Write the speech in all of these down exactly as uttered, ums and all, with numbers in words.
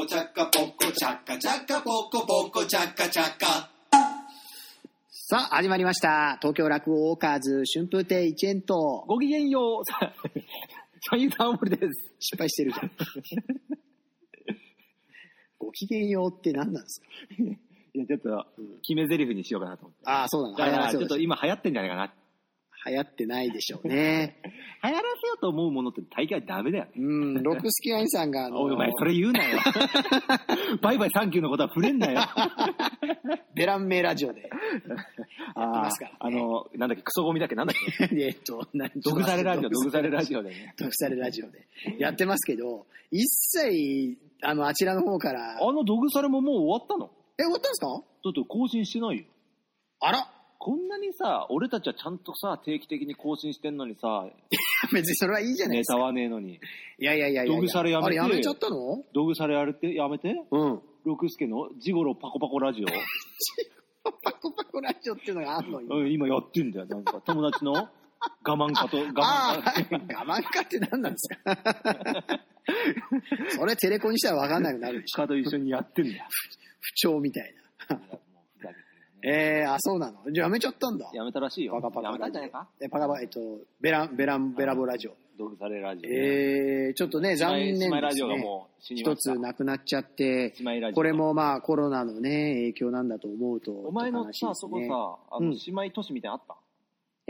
チャカポコチャカチャカポコポコチャカチャカ。 さあ始まりました東京落語オーカーズ春風亭一円とごきげんよう三遊亭青森です。 失敗してるじゃんごきげんようって何なんですか？ いやちょっと決め台詞にしようかなと思って。 ああそうなの。 だからちょっと今流行ってんじゃないかな。 流行ってないでしょうね流行らせようと思うものって大概ダメだよね。 うんロックスキアインさんがあのおいお前それ言うなよバイバイサンキューのことは触れんなよベランメラジオでやってますから、ね、 ああのなんだっけクソゴミだっけなんだっけえっと毒されラジオ毒されラジオでね毒されラジオでやってますけど一切あのあちらの方からあの毒されももう終わったの？ え終わったんですか？ だって更新してないよ。 あらこんなにさ俺たちはちゃんとさ定期的に更新してんのにさ別にそれはいいじゃないですか。 ネタはねえのに。 いやいやいやいや道具されやめて。 あれやめちゃったの？ 道具されやれてやめて。 うん。 六助のジゴロパコパコラジオ。 パコパコラジオっていうのがあるの今。 うん今やってんだよなんか友達の我慢家と我慢家。 我慢家って何なんですか？それテレコにしたら分かんなくなるでしょ。 家と一緒にやってんだよ。 不調みたいな。えー、あ、そうなの。じゃあやめちゃったんだ。 やめたらしいよ。 パカパカやめたんじゃないか。 え、パカパカ、えっと、ベラン、ベラン、ベラボラジオ。 道具されラジオ、ね。 えー、ちょっとね、残念ですね。 姉妹ラジオがもう死にました。 一つなくなっちゃって、これもまあコロナのね、影響なんだと思うと。 お前のさ、そこさ、あの、姉妹都市みたいなのあった？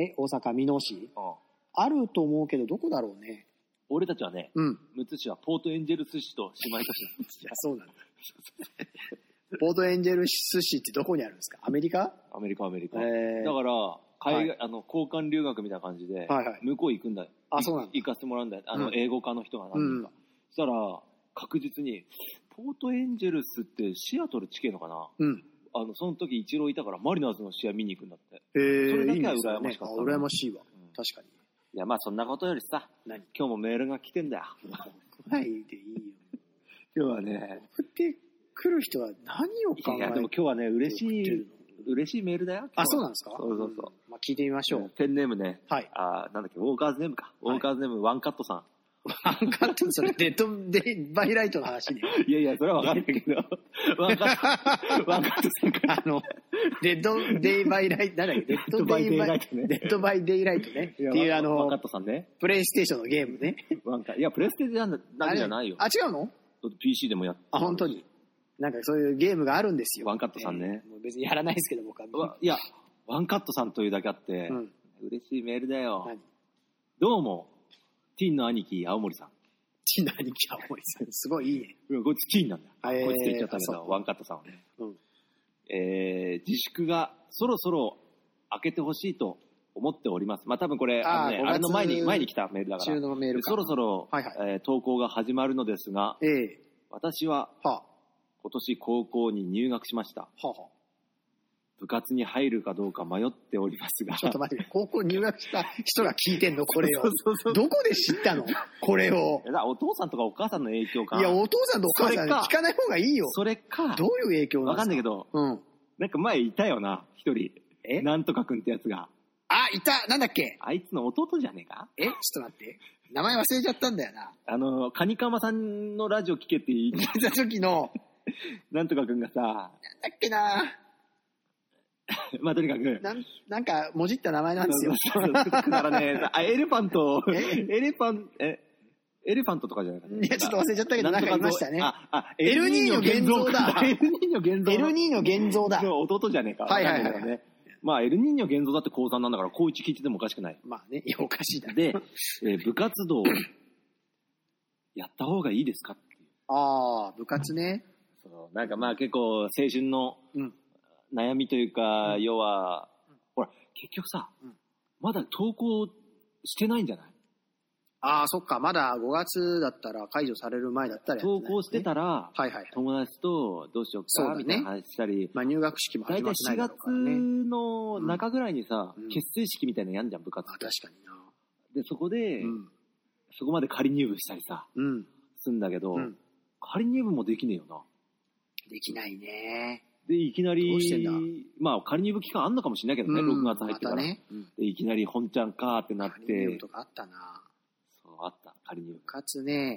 え、大阪、箕面市？ ああ。 あると思うけど、どこだろうね。 俺たちはね、 うん。 むつ市はポートエンジェルス市と姉妹都市なんです。 いや、そうなんだ。ポートエンジェルス市ってどこにあるんですか？アメリカ？ アメリカ、アメリカ。 えー、 だから、海外、 はい、 あの、交換留学みたいな感じで、 はいはい、 向こう行くんだよ。 あ、そうなんだ。 行かせてもらうんだよ。あの、 うん、 英語科の人が何人か。うん、そしたら、確実に、ポートエンジェルスってシアトル近いのかな？うん。あの、その時イチローいたから、マリナーズの試合見に行くんだって。 へー、 それだけは羨ましかった、 ね。羨ましいわ。うん、確かに。 いや、まあそんなことよりさ、何今日もメールが来てんだよ。 ないでいいよ。 今日はね、 送って来る人は何を考えてるの？いや、 でも今日はね、嬉しい、嬉しいメールだよ。 あ、そうなんですか？ そうそうそう。 うん、まあ聞いてみましょう。 ペンネームね。 はい。 あ、なんだっけ、ウォーカーズネームか。ウォーカーズネーム、ワンカットさん。 ワンカットそれデッドデイバイライトの話ね。 いやいや、それは分かんないけど。ワンカット、ワンカットさんから。 あの、デッドデイバイライト、なんだっけ、デッドバイデイライトね。デッドバイデイライトね。っていうあの、 ワンカットさんね。 プレイステーションのゲームね。 ワンカいや、プレステじゃないよ。 あ、違うの？ ピーシー でもやって。 あ、本当に。なんかそういうゲームがあるんですよ。 ワンカットさんね。 もう別にやらないですけど、僕は。 いや、ワンカットさんというだけあって、嬉しいメールだよ。何？どうも、ティーンの兄貴、青森さん。 ティーンの兄貴、青森さん。すごいいいね。 こいつティーンなんだ。こいつって言っちゃったけど、ワンカットさんはね。え自粛がそろそろ開けてほしいと思っております。まあ多分これ、あのね、あれの前に、前に来たメールだから。 中のメールか。 そろそろ、はいはいえー、投稿が始まるのですが、えー、私は、はあ、今年高校に入学しました。はあはあ、部活に入るかどうか迷っておりますが。 ちょっと待って、高校入学した人が聞いてんのこれを。そうそうそうどこで知ったのこれを。 だお父さんとかお母さんの影響か。 いや、お父さんとお母さん聞かない方がいいよ。 それか。 どういう影響なんですか？ わかんないけど、うん。なんか前いたよな、一人。えなんとかくんってやつが。 あ、いたなんだっけあいつの弟じゃねえかえちょっと待って。名前忘れちゃったんだよな。 あの、カニカマさんのラジオ聞けって言った時の、 なんとかくんがさ、なんだっけなまあとにかく。 なん、なんか、もじった名前なんですよ。 くだらねえ。あ、エレファント、エレファン、え、エレファントとかじゃないかな。 いや、ちょっと忘れちゃったけど、なんかいましたね。 あ、あ、 エルニーニョ現像だ。 エルニーニョ現像。 エルニーニョ現像だ。 弟じゃねえか。 はいはいはい。 まあ、エルニーニョ現像だって高さんなんだから、高いち聞いててもおかしくない。 まあね、いや、おかしいだ。 で、えー、部活動、やった方がいいですかっていう。 ああ、部活ね。 そう、なんかまあ結構、青春の悩みというか、うん、要は、うん、ほら、結局さ、うん、まだ登校してないんじゃない？ ああ、そっか。まだごがつだったら、解除される前だったらやってない、ね。 登校してたら、はいはいはい、友達とどうしようか、みたいな話したり。 まあ入学式も始まってないだろうからね。 大体しがつの中ぐらいにさ、うん、結成式みたいなのやんじゃん、部活。 あ、確かにな。 で、そこで、うん、そこまで仮入部したりさ、うん、すんだけど、うん、仮入部もできねえよな。 できないね。 で、いきなり、まあ仮入部期間あんのかもしれないけどね、うん、ろくがつ入ってから。またね、で、いきなり本ちゃんかーってなって。 仮入部とかあったな。 あった仮入部。 部活ね、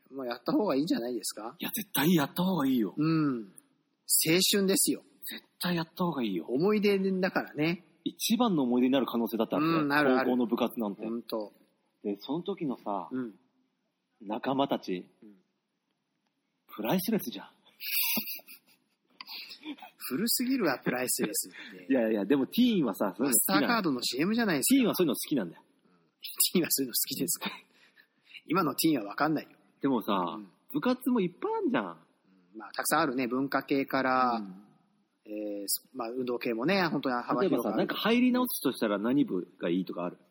もうやった方がいいんじゃないですか。 いや、絶対やった方がいいよ。 うん。青春ですよ。 絶対やった方がいいよ。 思い出だからね。 一番の思い出になる可能性だったんだよ、 うん、なるある。 高校の部活なんて。 本当。 で、その時のさ、 うん、 仲間たち、うん、プライスレスじゃん。 古すぎるわ、プライスレスって。 いやいや、でもティーンはさ、 マスターカードの シーエム じゃないですか。 ティーンはそういうの好きなんだよ。 ティーンはそういうの好きですか。今のティーンは分かんないよ。 でもさ、うん、部活もいっぱいあるじゃん。 うん、まあ、たくさんあるね。文化系から、うん、えーまあ、運動系もね、本当に幅広く。 例えばさ、なんか入り直すとしたら何部がいいとかある？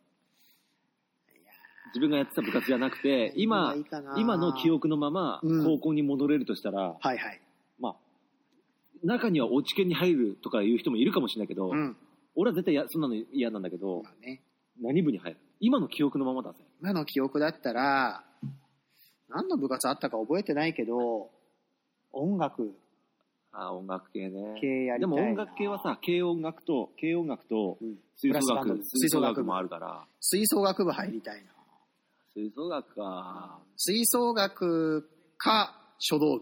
自分がやってた部活じゃなくて、今、今の記憶のまま高校に戻れるとしたら、うん、 はいはい。 まあ、中には落ち研に入るとかいう人もいるかもしれないけど、うん、俺は絶対やそんなの嫌なんだけど、まあね、何部に入る？今の記憶のままだぜ。 今の記憶だったら、何の部活あったか覚えてないけど、音楽。 あ、音楽系ね。 系やりたいな。 でも音楽系はさ、軽音楽と、軽音楽と、吹奏楽、吹奏楽もあるから。 吹奏楽部入りたいな。 吹奏楽か。 吹奏楽か書道部。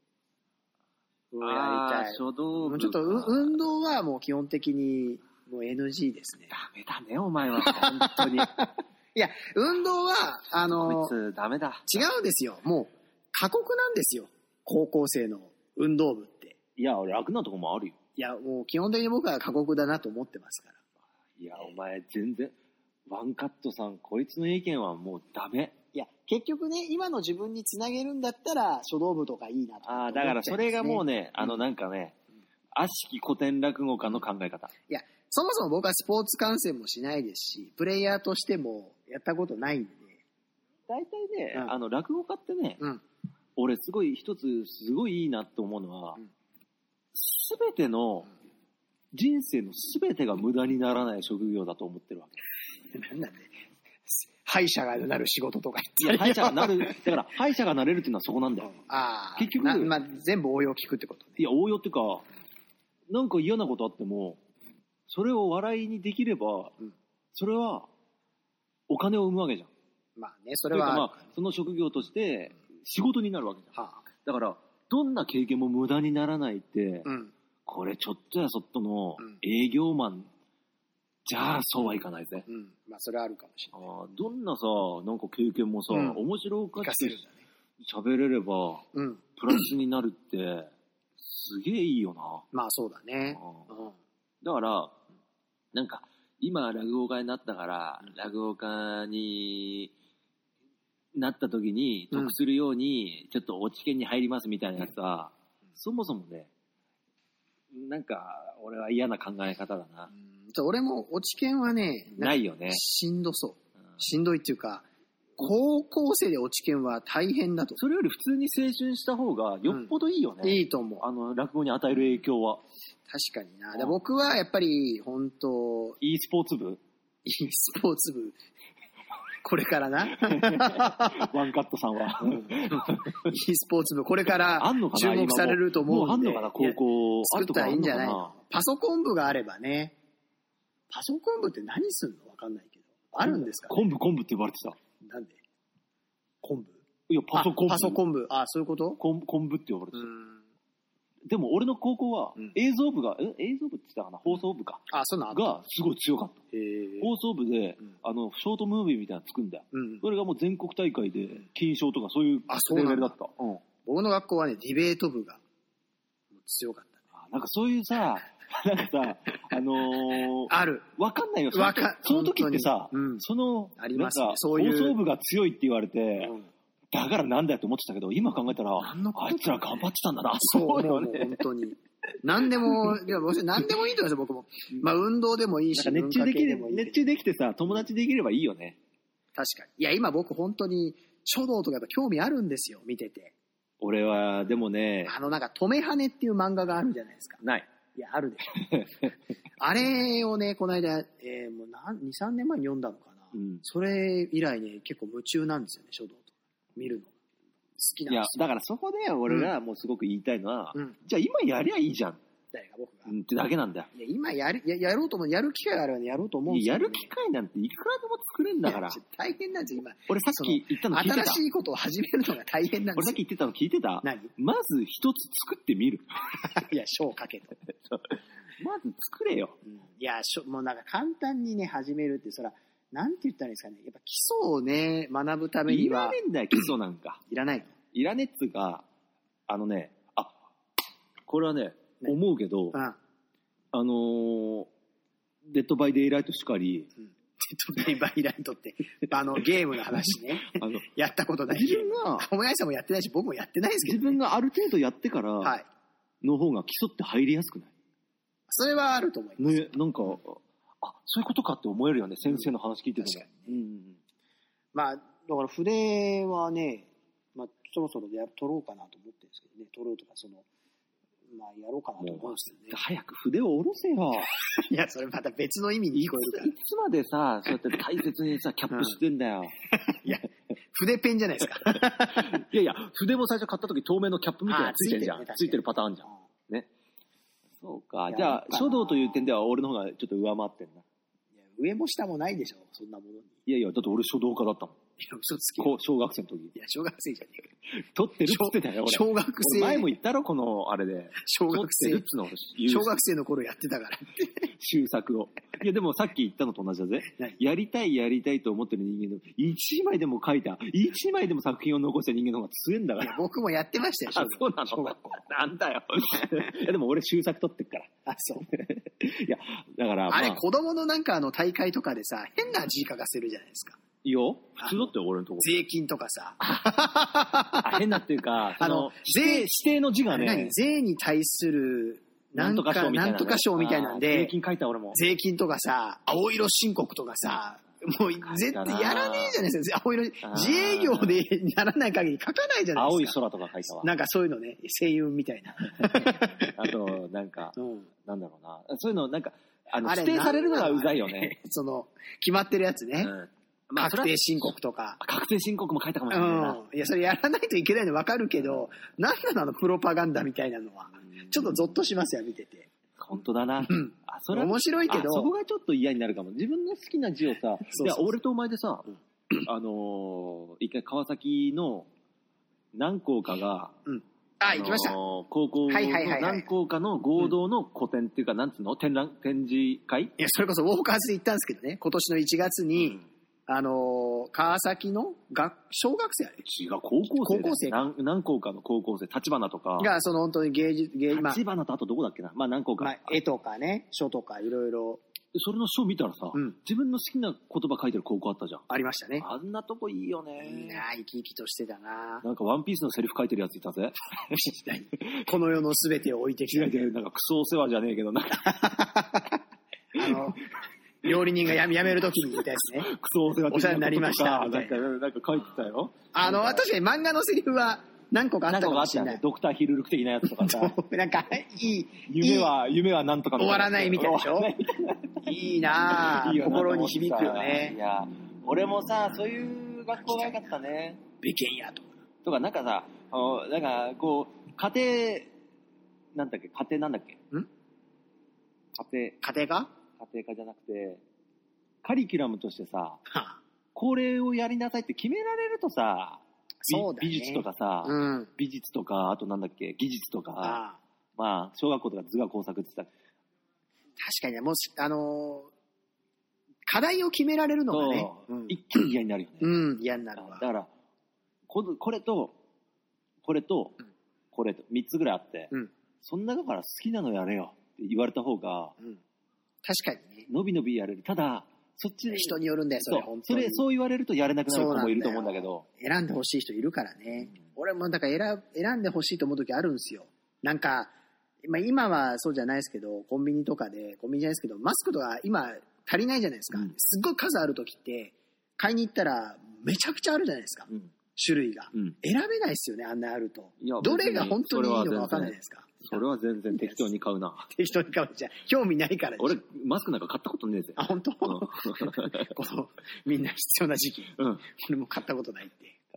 やりたい。書道部。 ちょっと運動はもう基本的にもう エヌジー ですね。 ダメだね、お前は。本当に。 いや、運動は、あの、 ダメだ。 違うんですよ。もう過酷なんですよ。高校生の運動部って。 いや、楽なとこもあるよ。 いや、もう基本的に僕は過酷だなと思ってますから。 いや、お前全然。ワンカットさん、こいつの意見はもうダメ。 いや、結局ね、今の自分につなげるんだったら、書道部とかいいなと、ね。 ああ、だからそれがもうね、あのなんかね、うん、悪しき古典落語家の考え方。 いや、そもそも僕はスポーツ観戦もしないですし、プレイヤーとしてもやったことないんで。 大体ね、うん、あの、落語家ってね、 うん、 俺すごい一つすごいいいなと思うのは、すべ、うん、ての、人生のすべてが無駄にならない職業だと思ってるわけ。 なんなんで歯医者がなる仕事とか言って。歯医者がなる、だから歯医者がなれるっていうのはそこなんだよ。 ああ。 結局、 まあ、全部応用聞くってことね。 いや、応用っていうか、なんか嫌なことあっても、それを笑いにできれば、うん、それはお金を生むわけじゃん。 まあね、それは。 まあ、その職業として仕事になるわけじゃん。はあ、だから、どんな経験も無駄にならないって、うん、これちょっとやそっとの営業マン、じゃあそうはいかないぜ。 うん。まあそれはあるかもしれない。 あどんなさ、なんか経験もさ、うん、面白おかしく喋れれば、うん、プラスになるって、すげえいいよな。 まあそうだね。 うん、だから、なんか、今落語家になったから、うん、落語家になった時に得するように、ちょっと落ち研に入りますみたいなやつは、うん、そもそもね、なんか、俺は嫌な考え方だな。 うん俺も落ち研はね、 ないよね。 しんどそう。しんどいっていうか、高校生で落ち研は大変だと。 それより普通に青春した方がよっぽどいいよね。 うん、いいと思う。 あの、落語に与える影響は。 確かにな。で僕はやっぱり、本当 e スポーツ部 ?e スポーツ部。これからな。 ワンカットさんは。 うん、e スポーツ部、これから注目されると思うんで。 もうあんのかな、高校。 作ったらいいんじゃないの？パソコン部があればね。パソコン部って何すんの？わかんないけど。あるんですかね？ 昆布昆布って言われてた。 なんで？昆布？ いや、パソコン部。 パソコン部。あ、そういうこと？ 昆布って呼ばれてた。でも俺の高校は映像部が、うん、え映像部って言ったかな、放送部か。 あ、そうなの？ がすごい強かった。放送部で、うん、あの、ショートムービーみたいなの作るんだよ。うん、それがもう全国大会で金賞とかそういうレベルだった。うん、 僕の学校はね、ディベート部が強かった、ね。 あ、なんかそういうさ、なんかさ、あのー、 ある。 わかんないよ。わかその時ってさ、うん、その、 ありますね、 なんか、そういう放送部が強いって言われて、うん、だからなんだよって思ってたけど、今考えたら、あいつら頑張ってたんだな。 そうよね。本当に。何でも、いや、何でもいいと思いますよ、僕も。まあ、運動でもいいし、 熱中できる、熱中できてさ、友達できればいいよね。 確かに。いや、今僕本当に、書道とかやっぱ興味あるんですよ、見てて。 俺は、でもね。 あの、なんか、止めはねっていう漫画があるじゃないですか。 ない。 いや、あるでしょ。あれをね、この間、えー、もう何、に、さんねんまえに読んだのかな。うん、それ以来ね、結構夢中なんですよね、書道とか。見るの。好きなんですよ。 いや、だからそこで俺がもうすごく言いたいのは、うん、じゃあ今やりゃいいじゃんっ誰が僕が。 うんってだけなんだよ。 いや、今やる、ややろうと思う、やる機会があればね、やろうと思うんですよ、ね。 やる機会なんていくらでも作れるんだから。 大変なんですよ、今。 俺さっき言ったの聞いてた。 新しいことを始めるのが大変なんですよ。 俺さっき言ってたの聞いてた？ 何？ まず一つ作ってみる。 いや、賞かけと。 まず作れよ。 うん、いや、しょもうなんか簡単にね、始めるって、そら、なんて言ったらいいですかね。やっぱ基礎をね、学ぶためには。 いらねえんだよ、基礎なんか。 いらないの？ いらねえっつうか、あのね、あ、これはね、ね思うけど、うん、あのー、デッドバイデイライトしかり、うん、 デッドバイバイライトって、あの、ゲームの話ね。あのやったことない。 自分が、 小林さんもやってないし、僕もやってないですけど、ね、 自分がある程度やってから、はい。の方が基礎って入りやすくない？ それはあると思います。 ね、なんか、あ、そういうことかって思えるよね、先生の話聞いてても。 確かにね。うん、まあ、だから筆はね、まあ、そろそろや取ろうかなと思ってるんですけどね、取ろうとか、その、まあ、やろうかなと思うんですけどね。 早く筆を下ろせよ。 いや、それまた別の意味に聞こえるから。 いつ、いつまでさ、そうやって大切にさ、キャップしてんだよ。 いや、筆ペンじゃないですか。 いやいや、筆も最初買った時透明のキャップみたいなのついてるじゃん。ついてるパターンあるじゃん。ね。そうか。じゃあ、書道という点では俺の方がちょっと上回ってんな。いや、上も下もないでしょ、そんなものに。 いやいや、だって俺書道家だったもん。 いや、嘘つき。 小学生の時。 いや、小学生じゃねえか。 取ってるっつってたよ、俺。 小学生。 前も言ったろ、この、あれで。 小学生。 取ってるっつの小学生の頃やってたから。 修作を。いや、でもさっき言ったのと同じだぜ。やりたい、やりたいと思ってる人間の、一枚でも書いた、一枚でも作品を残した人間の方が強いんだから。 僕もやってましたよ、 あ、そうなの？小学校。なんだよ。いや、でも俺修作取ってっから。 あ、そう。 いや、だから。 あれ、子供のなんかあの大会とかでさ、変な字書かせるじゃないですか。 いいよ。普通だって俺のところ。 税金とかさ。 あ、変なっていうか、あの、税、指定の字がね。 税に対する、なんとか賞みたいな、ね。なんとか賞みたいなんで。 税金書いた俺も。 税金とかさ、青色申告とかさ、もう絶対やらねえじゃないですか。青色、自営業でならない限り書かないじゃないですか。 青い空とか書いたわ。 なんかそういうのね、星雲みたいな。 あと、なんか、うん、なんだろうな。そういうの、なんか、あの、指定されるのがうざいよね。 その、決まってるやつね。うんまあ、確定申告とか。 確定申告も書いたかもしれないな。 うん。いや、それやらないといけないの分かるけど、なんなのあのプロパガンダみたいなのは。ちょっとゾッとしますよ、見てて。 本当だな。うん。 あ、それ面白いけど。 そこがちょっと嫌になるかも。自分の好きな字をさ、そうそうそういや、俺とお前でさ、うん、あのー、一回川崎の何校かが、 うん。あ、行きました。 高校の何校かの合同の個展っていうか、なんつうの展覧、展示会いや、それこそウォーカーズで行ったんですけどね、今年のいちがつに、うんあのー、川崎の学小学生あれ違う、高校生。高校生何。何校かの高校生、立花とか。 が、その本当に芸術、芸術。 立花とあとどこだっけなまあ何校か。まあ、 絵とかね、書とかいろいろ。 それの書見たらさ、うん、自分の好きな言葉書いてる高校あったじゃん。 ありましたね。 あんなとこいいよね。 いいな生き生きとしてたななんかワンピースのセリフ書いてるやついたぜ。 この世のすべてを置いてきた。 なんかクソお世話じゃねえけど、なんか。あの、料理人がやめるときに言ったやつね。 クソお世話お世話になりました。 なんか、なんか書いてたよ。 あの、確かに漫画のセリフは何個かあったかもしれない。 ドクターヒルルク的なやつとかさ。 なんか、いい。 夢は、夢はなんとか終わらないみたいでしょいいなぁ。心に響くよね。 いや、俺もさ、そういう学校が良かったね。 美見やとか。 とか、なんかさ、なんか、こう、家庭、なんだっけ、家庭なんだっけん家庭。 家庭科家庭科じゃなくて、カリキュラムとしてさ、はあ、これをやりなさいって決められるとさ、 そうだね、 美術とかさ、うん、美術とか、あとなんだっけ、技術とか、ああまあ、小学校とか図画工作ってさ、 確かにね、もし、あのー、課題を決められるのがね、 うん、一気に嫌になるよね。 うん、嫌になるわ。 だから、これと、これと、これと、三つぐらいあって、うん、そんなだから好きなのやれよって言われた方が、うん確かにね。 のびのびやれる。ただ、そっち人によるんだよ、それ。 そう、それ、そう言われるとやれなくなる子もいると思うんだけど。 選んでほしい人いるからね。うん、俺もだから選選んでほしいと思う時あるんですよ。なんか、まあ、今はそうじゃないですけど、コンビニとかで、コンビニじゃないですけど、マスクとか今足りないじゃないですか。うん、すっごい数ある時って、買いに行ったらめちゃくちゃあるじゃないですか。うん、種類が、うん。選べないですよね、あんなあると。どれが本当にいいのか分かんないですか。 それは全然適当に買うな。 適当に買うじゃん。興味ないから。 俺、マスクなんか買ったことねえぜ。 あ、本当？うん、この、みんな必要な時期。うん。俺も買ったことないって。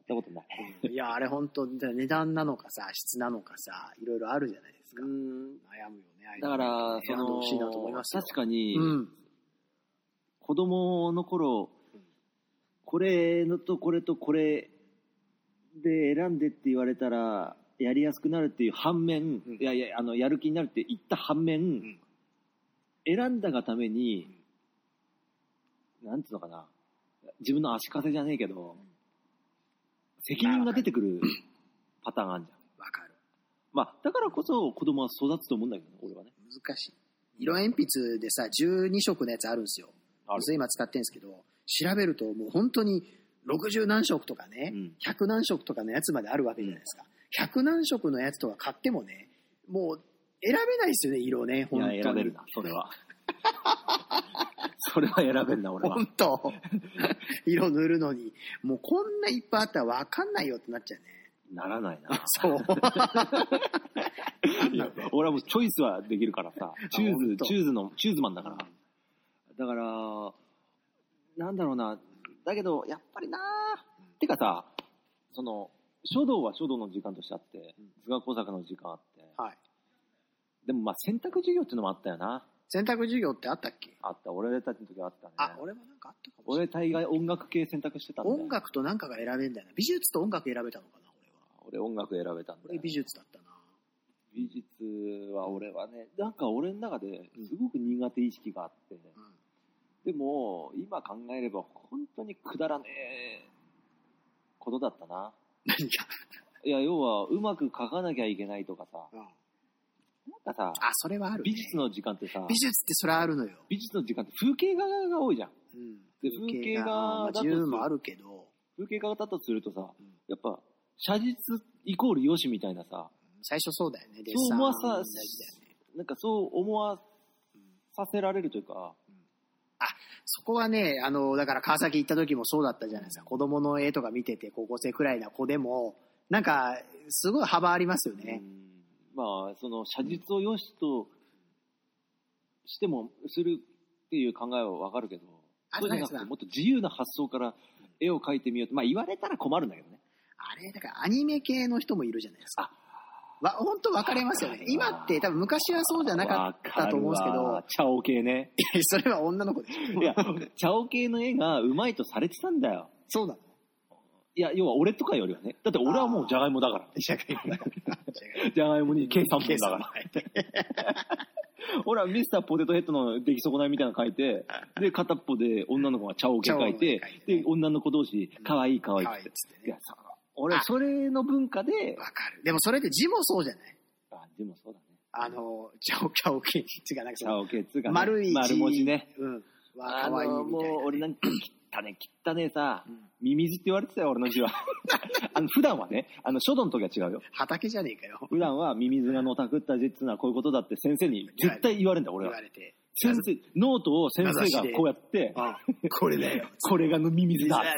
ったことない。 いや、あれ本当値段なのかさ、質なのかさ、いろいろあるじゃないですか。うん、悩むよね。 だから、 その、しいなと思いますよ。 確かに、うん、子供の頃、これのとこれとこれで選んでって言われたら、やりやすくなるっていう反面、うん、いやいや、あの、やる気になるって言った反面、うん、選んだがために、うん、なんつうのかな、自分の足かせじゃねえけど、うん、責任が出てくるパターンあるじゃん。 わかる。 まあ、だからこそ子供は育つと思うんだけどね、俺はね。 難しい。色鉛筆でさ、じゅうにしょくのやつあるんですよ。それ今使ってるんですけど、調べるともう本当にろくじゅうなんしょくとかね、うん、ひゃくなんしょくとかのやつまであるわけじゃないですか。うん、ひゃくなんしょくのやつとか買ってもね、もう選べないですよね、色ね。本当に。 いや、選べるな、それは。それは選べんな、俺は。 本当。色塗るのに、もうこんないっぱいあったら分かんないよってなっちゃうね。 ならないな。 そう。 いや、俺はもうチョイスはできるからさ、チューズ、チューズの、チューズマンだから。だから、なんだろうな、だけど、やっぱりなー、てかさ、その、書道は書道の時間としてあって、図画工作の時間あって、はい。でもまあ選択授業っていうのもあったよな。 選択授業ってあったっけ？ あった。俺たちの時はあったね。 あ、俺もなんかあったかもしれない。 俺大概音楽系選択してたんだよ。 音楽となんかが選べんだよな。美術と音楽選べたのかな、 俺は。俺音楽選べたんだよ。 俺美術だったな。 美術は俺はね、なんか俺の中ですごく苦手意識があって、うん、でも今考えれば本当にくだらねえことだったな。 何が？ いや、要はうまく書かなきゃいけないとかさ、うん、なんかさ、 あ、それはあるね。 美術の時間ってさ、 美術ってそれはあるのよ。 美術の時間って風景画が多いじゃん。うん、で風景画だと、 自由もあるけど、 風景画だとするとさ、うん、やっぱ写実イコールよしみたいなさ、 最初そうだよね。 そう思わさ、ね、なんかそう思わさせられるというか、うん、 あ、そこはね、あのだから川崎行った時もそうだったじゃないですか。子供の絵とか見てて高校生くらいな子でもなんかすごい幅ありますよね。 うん、まあその写実を良しとしてもするっていう考えはわかるけど、そうじゃなくてもっと自由な発想から絵を描いてみようと、まあ言われたら困るんだけどね。 あれだからアニメ系の人もいるじゃないですか。わ本当分かれますよね。今って多分昔はそうじゃなかったと思うんですけど。 チャオ系ね。 それは女の子でしょ。 いや、チャオ系の絵がうまいとされてたんだよ。 そうなの？ いや、要は俺とかよりはね。だって俺はもうジャガイモだから。 ジャガイモだから。 ジャガイモに計さんぼんだから。俺はミスターポテトヘッドの出来損ないみたいなの書いて、で、片っぽで女の子がチャオ系書いて、で、女の子同士、かわいいかわいいって。いやさ、俺、それの文化で。 わかる。でもそれって字もそうじゃない？ あ、字もそうだね。 あの、チャオキャオケツがなんかチャオケツが、ね、 丸い字。 丸文字ね。 うん。 わ、かわいいみたいな、ね。もう、俺なんか、汚ね、汚ねさ、うん、ミミズって言われてたよ、俺の字は。あの、普段はね、あの、書道の時は違うよ。 畑じゃねえかよ。 普段はミミズがのたくった字っていうのはこういうことだって先生に絶対言われるんだ、俺は。 言われて。 先生、ノートを先生がこうやって、 ああこれだよ。 これがのミミズだ。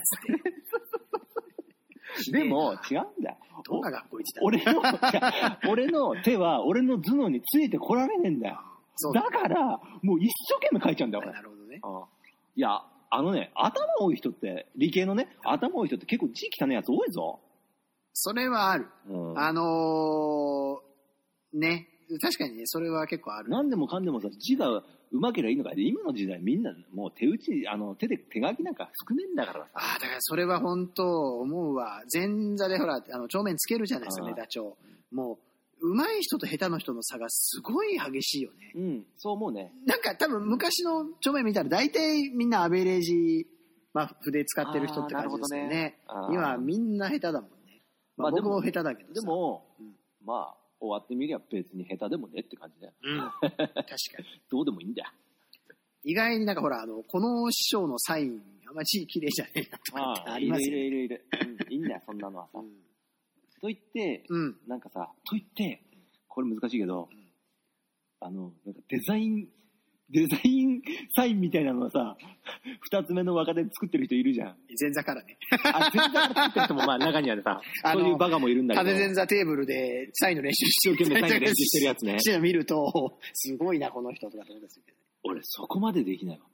でも、違うんだよ。 どんな学校行ってた俺の、俺の手は、俺の頭脳についてこられねえんだよ。だから、もう一生懸命書いちゃうんだよ、俺。 なるほどね。 ああいや、あのね、頭多い人って、理系のね、頭多い人って結構字汚いやつ多いぞ。 それはある。うん、あのー、ね。確かにね、それは結構ある。 何でもかんでもさ、字がうまければいいのか。今の時代みんなもう手打ち、あの、手で手書きなんか少ねえんだからさ。 ああ、だからそれは本当思うわ。前座でほら、あの、帳面つけるじゃないですか、ネタ帳。もう、上手い人と下手な人の差がすごい激しいよね。 うん、そう思うね。 なんか多分昔の帳面見たら大体みんなアベレージ、まあ、筆使ってる人って感じですよね。ね今みんな下手だもんね。まあ、僕も下手だけどさ。 でも、うん、まあ、終わってみりゃ別に下手でもねって感じだよ。 うん。確かに。 どうでもいいんだよ。 意外になんかほら、あの、この師匠のサイン、あんまり綺麗じゃねえなとかってありますよね。 いるいるいるいる。うん、いいんだよ、そんなのはさ。うん、と言って、うん、なんかさ、と言って、これ難しいけど、うん、あの、なんかデザイン、デザインサインみたいなのはさ、二つ目の若手で作ってる人いるじゃん。 前座からね。 あ、前座から作ってる人もまあ中にはさ、そういうバカもいるんだけど。 縦前座テーブルでサインの練習してる。 一生懸命サインの練習してるやつね。 見ると、すごいな、この人とかと思うんですよ。 俺、そこまでできないわ。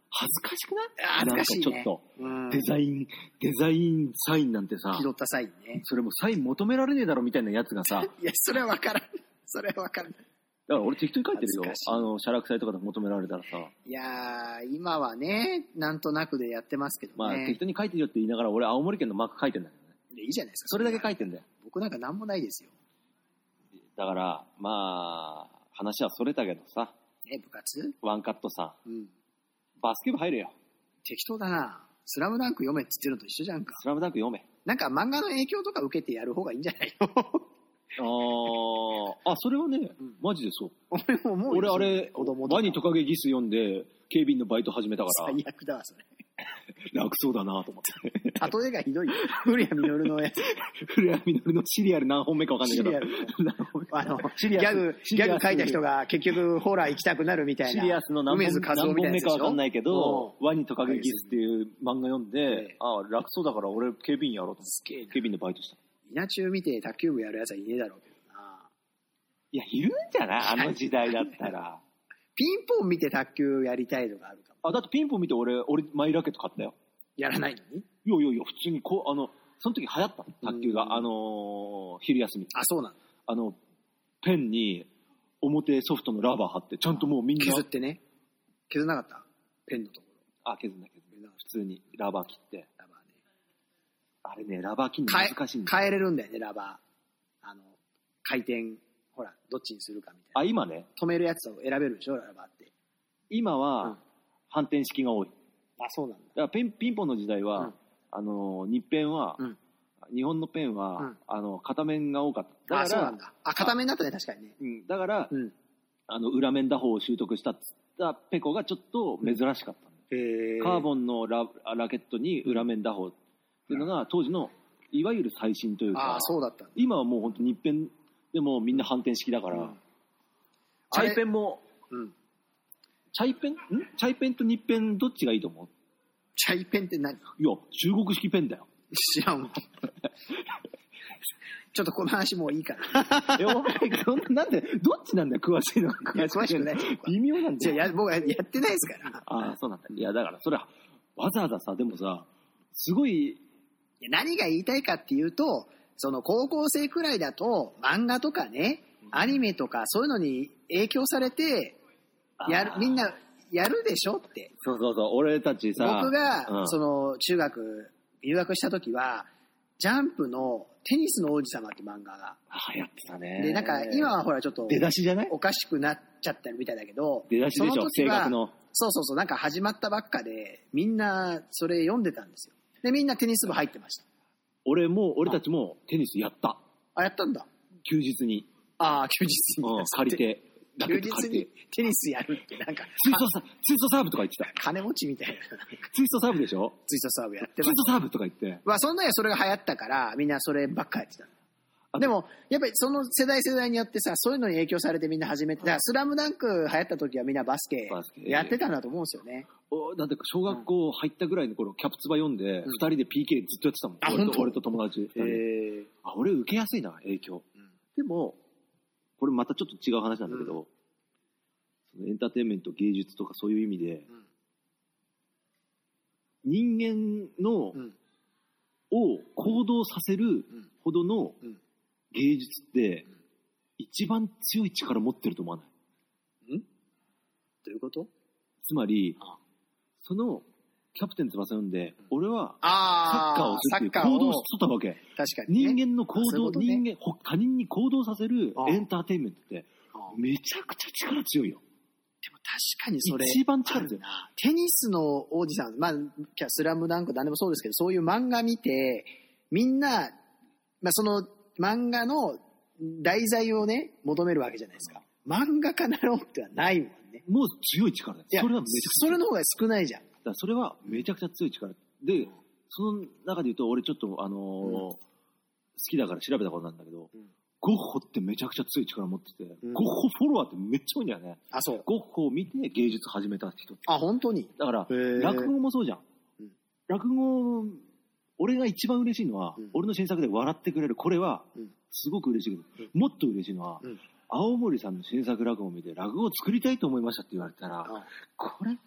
恥ずかしくない？ 恥ずかしいね。 なんかちょっと、 うん、 デザイン、デザインサインなんてさ、 気取ったサインね。 それもサイン求められねえだろみたいなやつがさ、 いや、それは分からん。それは分からん。 だから俺適当に書いてるよ。あの、写楽祭とかで求められたらさ。 いやー、今はね、なんとなくでやってますけどね。 まあ、適当に書いてるよって言いながら、俺、青森県のマーク書いてんだけどね。 でいいじゃないですか。 それだけ書いてんだよ。 僕なんかなんもないですよ。 だから、まあ、話はそれたけどさ。 え、部活？ ワンカットさ。 うん。 バスケ部入れよ。 適当だな。スラムダンク読めって言ってるのと一緒じゃんか。 スラムダンク読め。 なんか漫画の影響とか受けてやる方がいいんじゃないの？ ああ、それはね、うん、マジでそう。 俺ももう俺あれ、ワニトカゲギス読んで、警備員のバイト始めたから。 最悪だわ、それ。 楽そうだなと思って。 例えがひどい。古谷実のやつ。 古谷実のシリアル何本目か分かんないけど。シリアル。 あの、ギャグ、ギャグ書いた人が結局ホラー行きたくなるみたいな。 シリアスの何本目か分かんないけど、ワニトカゲギスっていう漫画読んで、ああ、楽そうだから俺警備員やろうと思って。警備員のバイトした。 稲中見て卓球部やるやつはいねえだろうけどな。 いや、いるんじゃないあの時代だったら。 ピンポン見て卓球やりたいとかあるかも。 あ、だってピンポン見て俺、俺、マイラケット買ったよ。 やらないのに？ いやいやいや、普通にこう、あの、その時流行ったの、卓球が。あのー、昼休み。 あ、そうなんだ。 あの、ペンに表ソフトのラバー貼って、ちゃんともうみんな。 削ってね。削らなかったペンのところ。 あ、削んな削んな。普通にラバー切って。 ラバーね。 あれね、ラバー切るの難しいんだよ。 変えれるんだよね、ラバー。あの、回転、ほら、どっちにするかみたいな。 あ、今ね。 止めるやつを選べるでしょ、ラバーって。 今は、反転式が多い。 あ、そうなんだ。 だからピン、ピンポンの時代は、うん、あの、日ペンは、うん、日本のペンは、うん、あの、片面が多かった。 だから、あ、そうなんだ。あ、片面だったね、確かにね。 うん。だから、うん、あの、裏面打法を習得したっつったペコがちょっと珍しかったんだ。 へー。 カーボンの ラ, ラケットに裏面打法っていうのが、当時の、いわゆる最新というか、 あ、そうだったんだ。 今はもう本当日ペンでもみんな反転式だから、うん、チャイペンも、うん、チャイペンんチャイペンと日ペンどっちがいいと思う？ チャイペンって何？いや、中国式ペンだよ。 知らんもん。ちょっとこの話もういいかな。いや、なんで、どっちなんだよ、詳しいの。 詳しくない。 微妙なんだよ。 いや、僕はやってないですから。 ああ、そうなんだ。いや、だから、それは、わざわざさ、でもさ、すごい、 何が言いたいかっていうと、その高校生くらいだと、漫画とかね、アニメとか、そういうのに影響されて、やる、みんな、やるでしょって。 そうそうそう、俺たちさ。 僕が、うん、その、中学、入学した時は、ジャンプのテニスの王子様って漫画が。 あ、やってたね。 で、なんか、今はほらちょっと、 出だしじゃない？ おかしくなっちゃってるみたいだけど、 出だしでしょ、声楽の。 そうそうそう、なんか始まったばっかで、みんなそれ読んでたんですよ。で、みんなテニス部入ってました。 俺も、俺たちもテニスやった。 あ、やったんだ。 休日に。 ああ、休日に。 うん、借りて。 休日にテニスやるってなんかツイストサツイストサーブとか言ってた。 金持ちみたいな。 ツイストサーブでしょ？ ツイストサーブやってます。 ツイストサーブとか言って。 まあそんなにそれが流行ったからみんなそればっかやってた。でもやっぱりその世代世代によってさ、そういうのに影響されてみんな始めて、だからスラムダンク流行った時はみんなバスケやってたんだと思うんですよね。 おだって小学校入ったぐらいの頃キャプツバ読んで、うん、ふたりで ピーケー ずっとやってたもん。 あ、本当？ 俺と友達。 えー、 あ、俺受けやすいな影響。うん、でもこれまたちょっと違う話なんだけど。うん、エンターテインメント芸術とかそういう意味で、うん、人間の、うん、を行動させるほどの芸術って、うん、一番強い力持ってると思わない？ ん？どういうこと？ つまり、ああそのキャプテン翼読んで、うん、俺はサッカーをするっていう行動をしとったわけ。 確かに、ね、 人間の行動、ね、人間他人に行動させるエンターテインメントってめちゃくちゃ力強いよ。 でも確かにそれ一番力強いな。テニスの王子さん、まあスラムダンク何でもそうですけど、そういう漫画見てみんな、まあ、その漫画の題材をね求めるわけじゃないですか。漫画家なろうってはないもんね。 もう強い力だよ。それはめちゃくちゃそれの方が少ないじゃん。 だからそれはめちゃくちゃ強い力で、その中で言うと俺ちょっとあのーうん、好きだから調べたことなんだけど、うん、ゴッホってめちゃくちゃ強い力持ってて、うん、ゴッホフォロワーってめっちゃ多いんだよね。 あ、そう。 ゴッホを見て芸術始めた人って。 あ、本当に？ だから落語もそうじゃん。うん、落語俺が一番嬉しいのは、うん、俺の新作で笑ってくれるこれはすごく嬉しいけど、うん、もっと嬉しいのは、うん、青森さんの新作落語を見て落語を作りたいと思いましたって言われたら、これか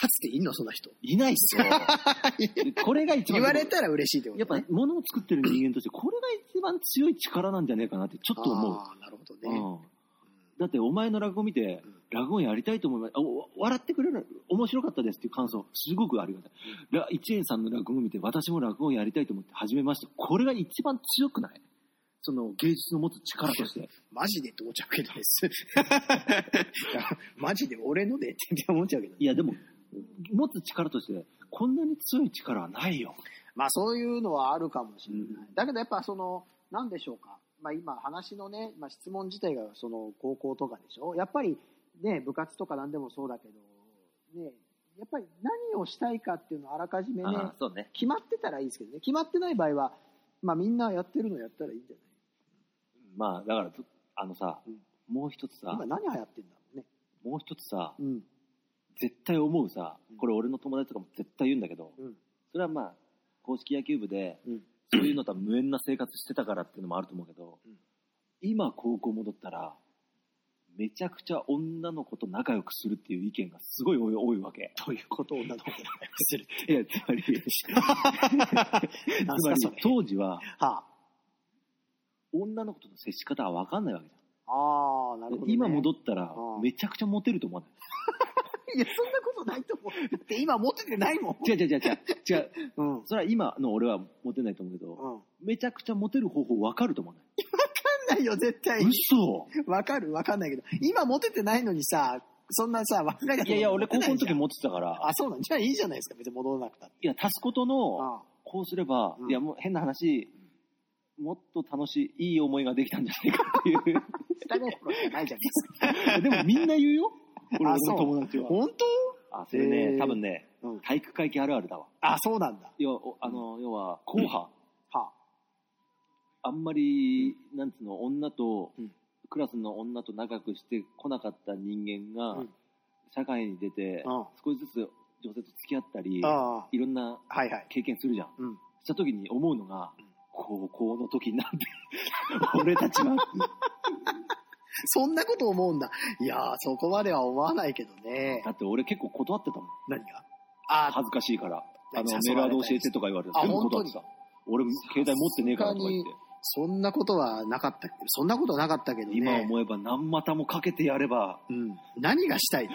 かつていんのそんな人。 いないっすよ。これが一番。 言われたら嬉しいってこと、ね、 やっぱ物を作ってる人間として、これが一番強い力なんじゃねえかなってちょっと思う。 ああ、なるほどね。 うん、だってお前の落語見て、落語やりたいと思います。あ、笑ってくれる、面白かったですっていう感想、すごくありがたい。一円さんの落語見て、私も落語やりたいと思って始めました。これが一番強くない？その芸術の持つ力として。 マジでって思っちゃうけどです。マジで俺のでって思っちゃうけど。 いやでも、持つ力として、こんなに強い力はないよ。 まあそういうのはあるかもしれない。うん、だけどやっぱその、なんでしょうか。まあ今話のね、まあ質問自体がその高校とかでしょ。やっぱりね、部活とか何でもそうだけど、ね、やっぱり何をしたいかっていうのをあらかじめ ね, そうね、 決まってたらいいですけどね。決まってない場合は、まあみんなやってるのやったらいいんじゃない？ まあだからあのさ、うん、もう一つさ、 今何流行ってんだろうね。 もう一つさ、 うん、 絶対思うさ、これ俺の友達とかも絶対言うんだけど、うん、それはまあ公式野球部で、うん、そういうのとは無縁な生活してたからっていうのもあると思うけど、うん、今高校戻ったらめちゃくちゃ女の子と仲良くするっていう意見がすごい多い、多いわけ。 どういうこと？女の子と仲良くするって。 いや、つまりつまり当時は、はあ、女の子との接し方は分かんないわけじゃん。 ああ、なるほど、ね。 今戻ったらめちゃくちゃモテると思わない？ いや、そんなことないと思う。だって今モテてないもん。 違う違う違う違う。違う。うん。それは今の俺はモテないと思うけど、うん、めちゃくちゃモテる方法分かると思わない？ 分かんないよ、絶対。 嘘。 分かる、分かんないけど。今モテてないのにさ、そんなさ、若い。 いやいや、俺高校の時モテてたから。 あ、そうなんじゃあいいじゃないですか、別に戻らなくたって。 いや、足すことの、こうすれば、うん、いや、もう変な話、もっと楽しい、いい思いができたんじゃないかっていう。 下心じゃないじゃないですか。 でもみんな言うよ。俺の友達は。 本当？ あ、それね、多分ね、うん、体育会系あるあるだわ。 あ、そうなんだ。 要あの、要は、硬派。はあ、あんまり、なんつうの、女と、うん、クラスの女と仲良くしてこなかった人間が、うん、社会に出て、うん、少しずつ女性と付き合ったり、いろんな経験するじゃん。はいはい、した時に思うのが、うん、高校の時なんて、俺たちは。 そんなこと思うんだ。いやー、そこまでは思わないけどね。 だって俺結構断ってたもん。 何が？ あ、恥ずかしいから。あの、メールアド教えてとか言われて全部断ってた。俺、携帯持ってねえからとか言って。 そんなことはなかったけど、そんなことはなかったけどね。 今思えば何股もかけてやれば。 うん。何がしたい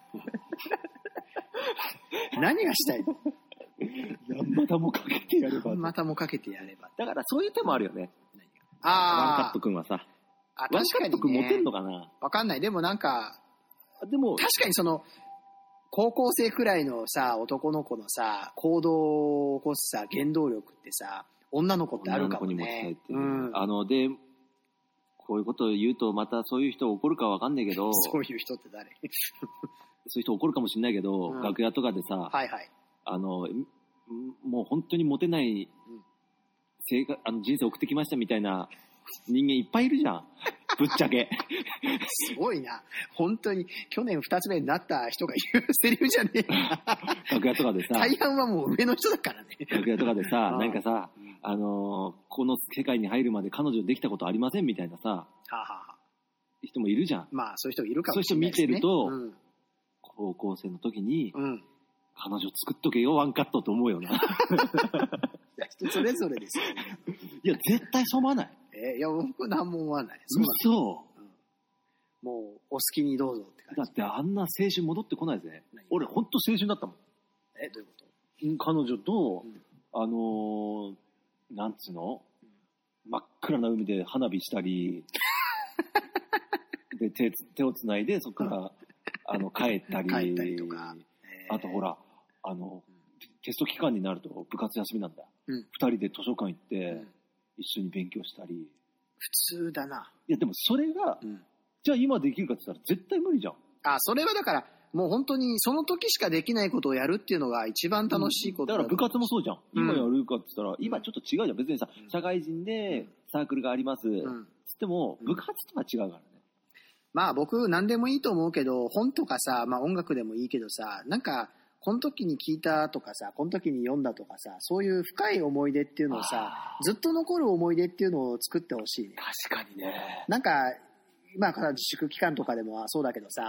何がしたい何股もかけてやれば。 何股もかけてやれば。 だからそういう手もあるよね。 ああ。 ワンカット君はさ。 あ、確かに、ね。ワンカット君モテんのかな？ わかんない。でもなんか、 でも、 確かにその、高校生くらいのさ、男の子のさ、行動を起こすさ、原動力ってさ、女の子ってあるかもね。女の子にも伝えて、うん、あの、 で、こういうことを言うと、またそういう人怒るかわかんないけど、 そういう人って誰？ そういう人怒るかもしれないけど、うん、楽屋とかでさ、 はいはい、 あの、もう本当にモテない、生活、あの人生送ってきましたみたいな人間いっぱいいるじゃん。ぶっちゃけ。 すごいな。本当に、去年二つ目になった人が言うセリフじゃねえな。 楽屋とかでさ。 大半はもう上の人だからね。 楽屋とかでさ、なんかさ、あのー、この世界に入るまで彼女できたことありませんみたいなさ、はあはあ、 人もいるじゃん。 まあ、そういう人いるかもしれないですね。 そういう人見てると、うん、高校生の時に、うん、彼女作っとけよ、ワンカットと思うよな。 人それぞれですよ。 いや、絶対そう思わない。 えー、いや、僕何も思わない。 嘘、うん、 もう、お好きにどうぞって感じ。だってあんな青春戻ってこないぜ。俺、ほんと青春だったもん。 え、どういうこと？ 彼女と、うん、あのー、なんつうの、うん、真っ暗な海で花火したり、で 手, 手をつないでそこからあの帰ったり、 帰ったりとか、 あとほら、あの、うん、テスト期間になると部活休みなんだ。うん、二人で図書館行って、うん、一緒に勉強したり。 普通だな。 いやでもそれが、うん、じゃあ今できるかって言ったら絶対無理じゃん。 あ、それはだからもう本当にその時しかできないことをやるっていうのが一番楽しいことだ、 うん、だから部活もそうじゃん。今やるかって言ったら、うん、今ちょっと違うじゃん。別にさ、社会人でサークルがあります。うん、つっても部活とは違うからね。 まあ僕何でもいいと思うけど、本とかさ、まあ音楽でもいいけどさ、なんかこの時に聞いたとかさ、この時に読んだとかさ、そういう深い思い出っていうのをさ、ずっと残る思い出っていうのを作ってほしいね。 確かにね。 なんか、まあ自粛期間とかでもそうだけどさ、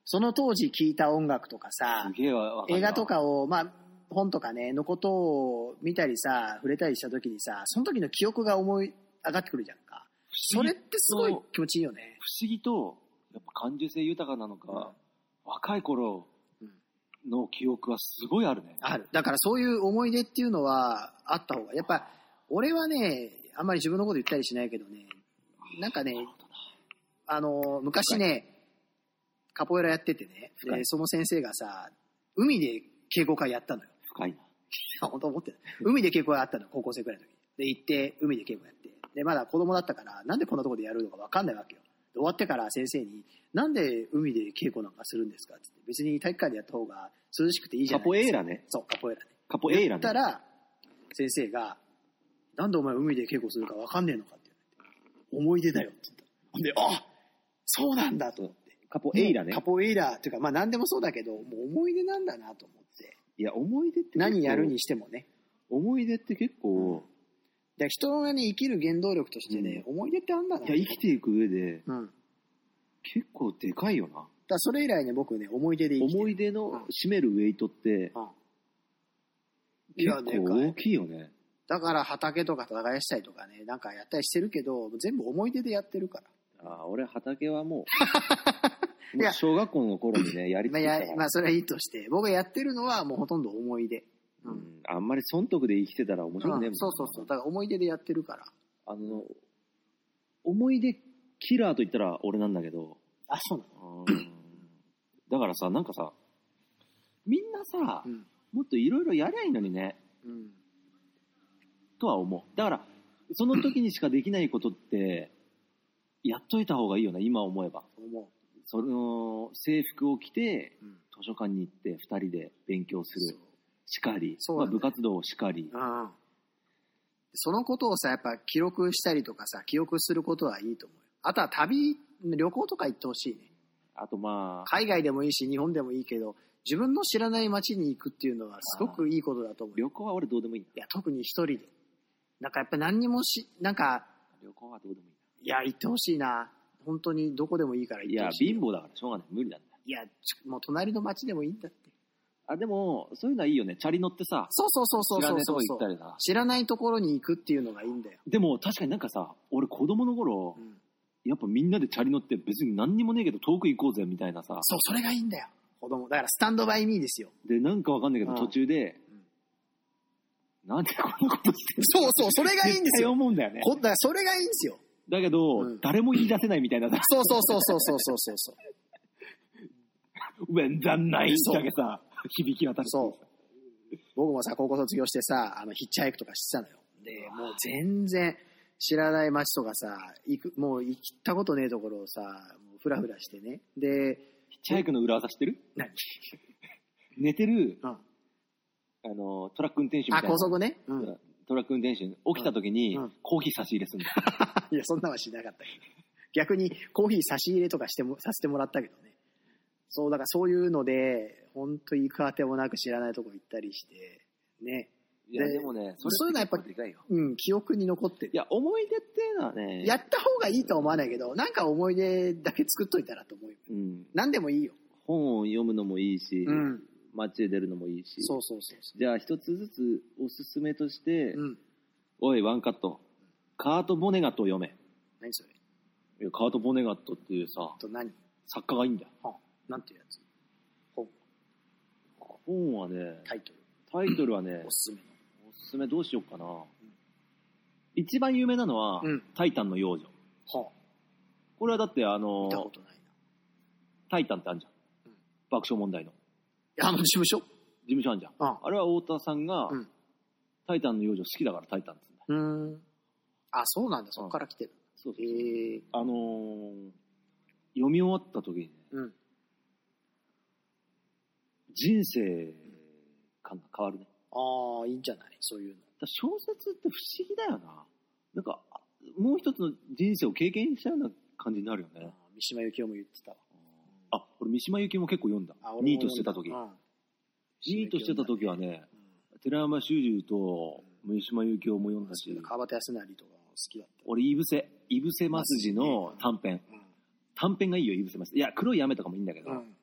その当時聴いた音楽とかさ、 すげえわかるな映画とかを、まあ、本とかね、のことを見たりさ、触れたりした時にさ、その時の記憶が思い上がってくるじゃんか。それってすごい気持ちいいよね。 不思議と、やっぱ感受性豊かなのか、うん、若い頃の記憶はすごいあるね。 ある。だからそういう思い出っていうのはあった方が、やっぱ、俺はね、あんまり自分のこと言ったりしないけどね、なんかね、あの、昔ね、カポエラやっててね、でその先生がさ、海で稽古会やったのよ。 深いな。 本当思ってる。海で稽古があったの、高校生くらいの時に。で、行って、海で稽古やって。で、まだ子供だったから、なんでこんなとこでやるのか分かんないわけよ。で終わってから先生に、なんで海で稽古なんかするんですかって言って、別に体育館でやった方が涼しくていいじゃないですか。 カポエーラね。 そう、カポエーラね。 カポエーラね。 言ったら、先生が、なんでお前海で稽古するか分かんねえのかって言われて、思い出だよって言った。で、あ、そうなんだと思って。 カポエーラね。 カポエーラっていうか、まあ何でもそうだけど、もう思い出なんだなと思って。 いや、思い出って何やるにしてもね。 思い出って結構、 うん、人がね、生きる原動力としてね、うん、思い出ってあんだな。 いや、生きていく上で、 うん、 結構でかいよな。だからそれ以来ね、僕ね、思い出で生きてる。 思い出の占めるウェイトって、うん、結構大きいよね。 だから畑とか耕したりとかね、なんかやったりしてるけど、全部思い出でやってるから。 ああ、俺畑はもう、もう小学校の頃にね、やりつけたから。 まあ、まあ、それはいいとして、僕がやってるのはもうほとんど思い出。 うん、あんまり損得で生きてたら面白いね、 うん、そうそうそう。だから思い出でやってるから。 あの、思い出キラーと言ったら俺なんだけど。 あ、そうなの？ だからさ、なんかさ、みんなさ、うん、もっといろいろやりゃいいのにね。うん。とは思う。だから、その時にしかできないことって、やっといた方がいいよね、今思えば。 思う。 その、制服を着て、うん、図書館に行って二人で勉強する。しかり、まあ、部活動をしかり、うん、 そのことをさやっぱ記録したりとかさ記憶することはいいと思うよ。あとは旅旅行とか行ってほしいね。 あとまあ海外でもいいし日本でもいいけど自分の知らない街に行くっていうのはすごくいいことだと思う。 旅行は俺どうでもいいんだ。 いや特に一人でなんかやっぱ何にもしなんか旅行はどうでもいいんだ。 いや行ってほしいな。本当にどこでもいいから行ってほしい。 いや貧乏だからしょうがない無理なんだ。 いやもう隣の街でもいいんだって。 あ、でも、そういうのはいいよね。チャリ乗ってさ。 そうそうそうそうそうそう。 知らないとこ行ったりさ。 知らないところに行くっていうのがいいんだよ。 でも、確かになんかさ、俺子供の頃、うん、やっぱみんなでチャリ乗って別に何にもねえけど遠く行こうぜみたいなさ。 そう、それがいいんだよ。子供。だからスタンドバイミーですよ。 で、なんかわかんないけど、うん、途中で、うん、なんでこんなことしてるそうそう、それがいいんですよ。 思うんだよね。 だからそれがいいんですよ。 だけど、うん、誰も言い出せないみたいなさ。 そうそうそうそうそうそうそう。 ウェンザンナイだけさ。響き渡る。 そう。僕もさ、高校卒業してさ、あの、ヒッチハイクとかしてたのよ。で、もう全然知らない街とかさ、行く、もう行ったことねえところをさ、もうフラフラしてね。で、 ヒッチハイクの裏技知ってる？ 何？ 寝てる、うん、 あの、トラック運転手みたいな。 あ、高速ね。 うん、トラック運転手、起きた時に、うんうん、コーヒー差し入れするんだ。 いや、そんなはしなかったけど。逆にコーヒー差し入れとかしても、させてもらったけどね。そう、だからそういうので、本当に行くあてもなく知らないとこ行ったりして、ね。 いや、でもね、 それそういうのはやっぱ、 でかいよ。 うん、記憶に残ってる。 いや、思い出っていうのはね。 やった方がいいとは思わないけど、なんか思い出だけ作っといたらと思うよ。うん。何でもいいよ。 本を読むのもいいし、うん、街へ出るのもいいし。 そうそうそうそう。 じゃあ、一つずつおすすめとして、 うん、 おい、ワンカット。カート・ボネガットを読め。 何それ？ いや、カート・ボネガットっていうさ、 と何？ 作家がいいんだよ。 はあ、なんていうやつ？本。 本はね、 タイトル。 タイトルはね、 おすすめの。 おすすめどうしようかな。うん、一番有名なのは、うん、タイタンの幼女。 はあ、 これはだってあの、 見たことないな。 タイタンってあるじゃん。うん、爆笑問題の。 あの事務所？ 事務所あるじゃん。あ, あれは太田さんが、うん、タイタンの幼女好きだからタイタンって言うんだ。 うん。あ、そうなんだ。そっから来てる。 そうそうそう。えー、あのー、読み終わった時にね、うん、人生観が変わるね。 ああ、いいんじゃないそういうの。 だ小説って不思議だよな。なんか、もう一つの人生を経験したような感じになるよね。 三島由紀夫も言ってたわ。 あ、俺三島由紀夫も結構読んだ。ニートしてた時。うん、ニートしてた時はね、うん、寺山修司と三島由紀夫も読んだし、 川端康成とかも好きだった。 俺、いぶせ、いぶせますじの短編。うん、短編がいいよ、いぶせます。いや、黒い雨とかもいいんだけど、うん、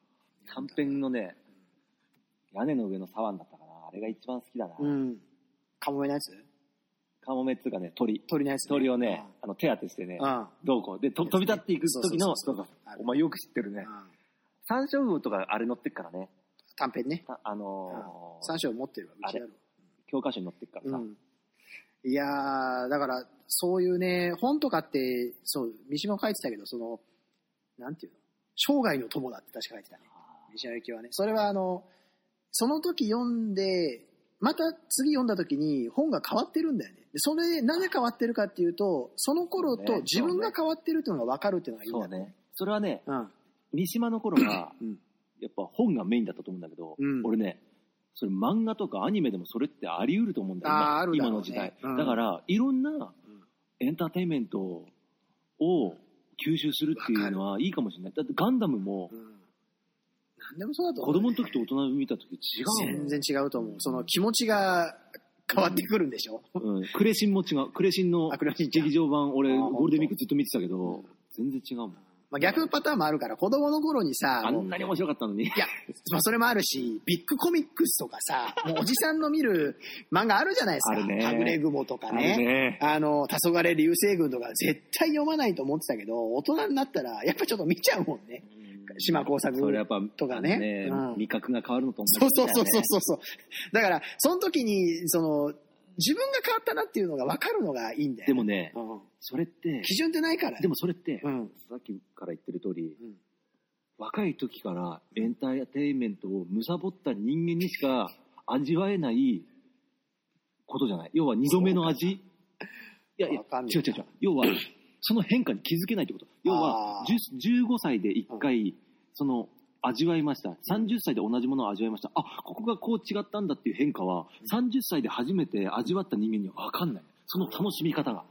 短編のね、屋根の上の左腕だったかな。あれが一番好きだな。 うん。カモメのやつ？ カモメっていうかね、鳥。 鳥のやつ、ね。 鳥をね、あの手当てしてね、どうこう。で、と飛び立っていく時の、お前よく知ってるね。山椒魚とかあれ乗ってっからね。 短編ね。 あのー、山椒持ってるわ、うちある。 教科書に載ってっからさ。うん、 いやー、だから、そういうね、本とかって、そう、三島書いてたけど、その、なんていうの、生涯の友だって確か書いてたね。三島由紀夫はね。それはあの、その時読んで、また次読んだ時に本が変わってるんだよね。でそれでなぜ変わってるかっていうと、その頃と自分が変わってるっていうのが分かるっていうのがいいんだよね。そうね。 それはね、うん、三島の頃は、うん、やっぱ本がメインだったと思うんだけど、うん、俺ね、それ漫画とかアニメでもそれってあり得ると思うんだよ、今、あるだろうね、今の時代、うん。だから、いろんなエンターテインメントを吸収するっていうのはいいかもしれない。だってガンダムも、うん何でもそうだと思う、ね、 子供の時と大人見た時違う、 ね、全然違うと思う。その気持ちが変わってくるんでしょ、 うん、クレシンも違う。クレシンの劇場版俺ゴールデンウィークずっと見てたけど全然違うもん。 まあ、逆パターンもあるから、子供の頃にさ、 あんなに面白かったのに。いや、まあ、それもあるし、ビッグコミックスとかさ、もうおじさんの見る漫画あるじゃないですか。 あるね。 はぐれ雲とかね。 あるね。 あの、黄昏流星群とか絶対読まないと思ってたけど、大人になったらやっぱちょっと見ちゃうもんね。島工作とかね。 ね、うん、味覚が変わるのと思う、ね。そうそうそうそうそう。だから、その時に、その、自分が変わったなっていうのが分かるのがいいんだよ。 でもね、うん、それって。 基準ってないから、ね。 でもそれって、うん、さっきから言ってる通り、うん、若い時からエンターテインメントを貪った人間にしか味わえないことじゃない。要は二度目の味。いやいや、違う違う違う。要は、その変化に気づけないってこと。要は、じゅうごさいでいっかい、その、味わいました。さんじゅっさいで同じものを味わいました。あ、ここがこう違ったんだっていう変化は、さんじゅっさいで初めて味わった人間には分かんない。その楽しみ方が。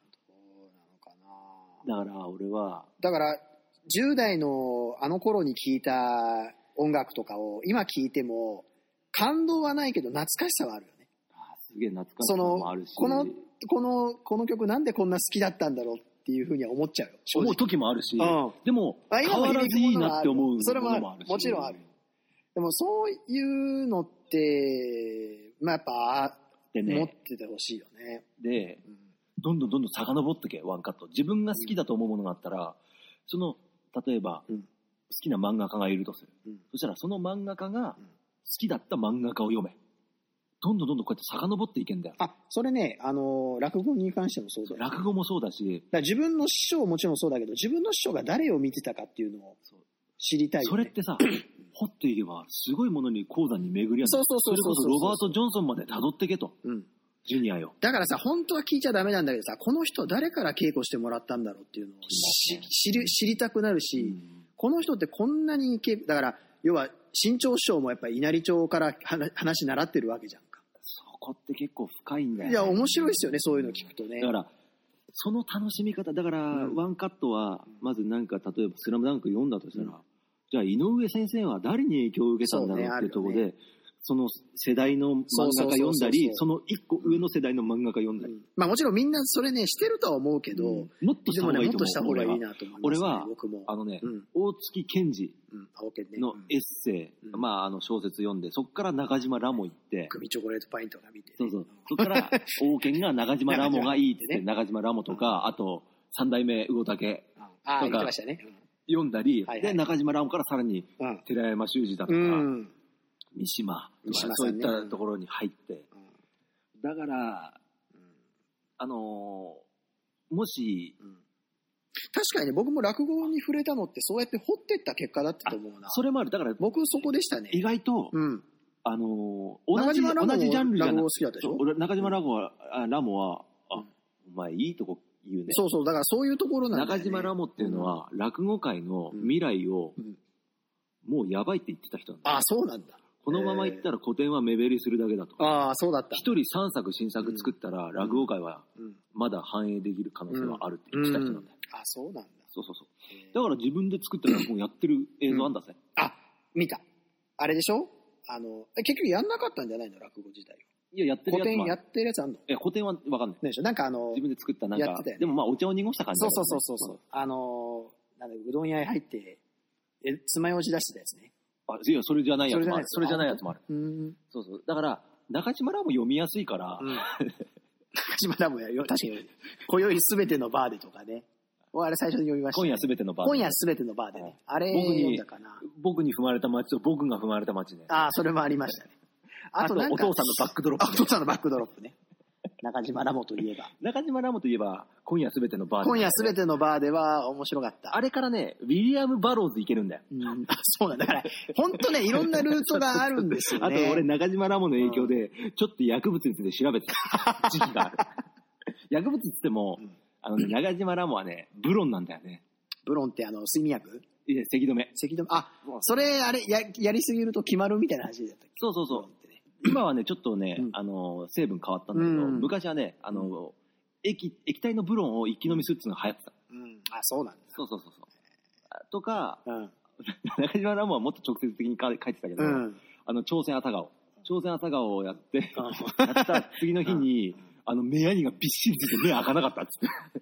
だから俺は。 だから、じゅう代のあの頃に聴いた音楽とかを今聴いても、感動はないけど懐かしさはあるよね。 あ、すげえ懐かしさもあるし。 この、この、この曲なんでこんな好きだったんだろうっていうふうには思っちゃうよ。 思う時もあるし、うん、でも変わらずいいなって思うそれもある。もちろんある。でもそういうのって、まあやっぱ、ね、持っててほしいよね。 で、うん、どんどんどんどん遡ってけ、ワンカット。自分が好きだと思うものがあったら、その、例えば、うん、好きな漫画家がいるとする。うん、そしたらその漫画家が好きだった漫画家を読め。どんどんどんどんこうやって遡っていけんだよ。 あ、それね、あのー、落語に関してもそうだよ、ね。 落語もそうだし。 だ自分の師匠もちろんそうだけど、自分の師匠が誰を見てたかっていうのを知りたいよね。 それってさ、掘っていけば、すごいものに鉱山に巡り合う。 そうそうそうそうそう。 それこそロバート・ジョンソンまで辿ってけと。うん。ジュニアよ。 だからさ、本当は聞いちゃダメなんだけどさ、この人誰から稽古してもらったんだろうっていうのを知り、知りたくなるし、うん、この人ってこんなに稽古、だから、要は、新潮師匠もやっぱり稲荷町から話習ってるわけじゃん。 そこって結構深いんだよ、ね。 いや、面白いですよね、そういうの聞くとね。 だから、その楽しみ方、だから、うん、ワンカットは、まずなんか、例えば、スラムダンク読んだとしたら、うん、じゃあ、井上先生は誰に影響を受けたんだろうっていうところで、ね、その世代の漫画家読んだり、その一個上の世代の漫画家読んだり。うん、 まあもちろんみんなそれね、してるとは思うけど、うん、 もっとした方がいいと思う。 もっとした方がいいなと思います、ね。 俺は、あのね、うん、大月健二のエッセイ、うん、まああの小説読んで、そこから中島ラモ行って、 組チョコレートパイントが見て、ね。 そうそう。そこから王権が中島ラモがいいって言って、中島ラモとか、あと三代目魚竹とか、読んだり、で、中島ラモからさらに寺山修司だとか、うん三島とか、そういったところに入って、うん、だから、うん、あのー、もし、うん、 確かにね、僕も落語に触れたのってそうやって掘ってった結果だったと思うな。 それもある。だから僕そこでしたね。意外と、うん、あのー、同じ同じジャンルじゃなくて、中島ラモは、ラモは、あ、お前いいとこ言うね。 そうそう、だからそういうところなんだよね。 中島ラモっていうのは、落語界の未来を、もうやばいって言ってた人なんだ。 あ、そうなんだ。 このままいったら古典は目減りするだけだと。 ああ、そうだった。 一人三作新作作ったら、落語界はまだ反映できる可能性はあるって言ってた人なんだよ。 うんうん、あ、そうなんだ。 そうそうそう。だから自分で作った落語やってる映像あんだぜ、 うん。あ、見た。あれでしょあの、結局やんなかったんじゃないの落語自体は。 いや、やってるやつ古典やってるやつあんの？ いや、古典はわかんない。 でしょなんかあの、 自分で作ったなんか、やってたよね、でもまあお茶を濁した感じだ、ね。 そうそうそうそう。あの、なんだうどん屋へ入って、え、爪楊枝出してたやつね。 あ、いや、それじゃないやつもある。それじゃないやつもある。 うん。 そうそう。だから、中島らも読みやすいから。うん、 中島らもやよ、確かに。今宵すべてのバーでとかね。あれ最初に読みました、ね。 今夜すべてのバーで、 ね。今夜すべてのバーでね。あれ読んだかな。 僕に踏まれた街と僕が踏まれた街ね。 ああ、それもありましたね。 あと、お父さんのバックドロップ、 ね。お父さんのバックドロップね。中島ラモといえば。 中島ラモといえば、今夜すべてのバーで、ね。 今夜すべてのバーでは面白かった。 あれからね、ウィリアム・バローズ行けるんだよ。 うん、そうなんだ。だから、本当ね、いろんなルートがあるんですよね。 あと、俺、中島ラモの影響で、ちょっと薬物について調べてた時期がある。薬物って言っても、うん、あのね、中島ラモはね、ブロンなんだよね。 ブロンってあの、睡眠薬？ いや、咳止め。 咳止め。あ、それ、あれ、や、やりすぎると決まるみたいな話だったっけ？ そうそうそう。今はね、ちょっとね、うん、あの、成分変わったんだけど、うん、昔はね、あの、液、液体のブロンを一気飲みするっていうのが流行ってた。 うん。あ、そうなんだ。 そうそうそうそう。とか、うん、中島ラモはもっと直接的に書いてたけど、うん、あの、朝鮮朝顔。朝鮮朝顔をやって、やった次の日に、あの、目やにがびっしりついて目開かなかったっつって。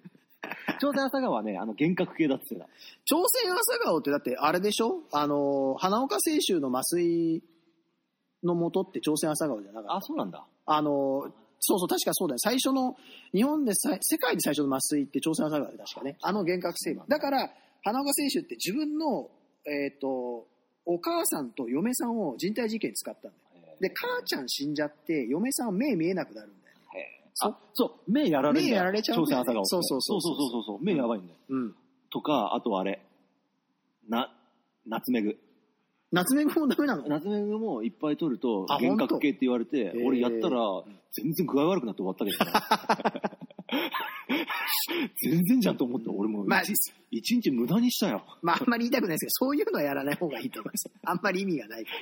朝鮮朝顔はね、あの、幻覚系だって言ってた。 朝鮮朝顔ってだって、あれでしょ？あの、花岡清舟の麻酔の元って朝鮮朝顔じゃなかった。 あ、そうなんだ。 あの、そうそう、確かそうだよ。最初の、日本でさ、世界で最初の麻酔って朝鮮朝顔で確かね。あの幻覚成分。だから、花岡清舟って自分の、えっと、お母さんと嫁さんを人体実験に使ったんだよ。で、母ちゃん死んじゃって、嫁さん目見えなくなるんだよね。 あ、そう、目やられるんだよ。 目やられちゃうんだよ、ね。 朝鮮朝顔。 そうそうそうそうそうそうそう。目やばいんだよ。うん。とか、あとあれ。な、ナツメグ。 ナツメグもダメなの？ ナツメグもいっぱい取ると幻覚系って言われて、俺やったら全然具合悪くなって終わったけどね。全然じゃんと思って、俺も一日無駄にしたよ。 まああんまり言いたくないですけど、そういうのはやらない方がいいと思います。あんまり意味がないから。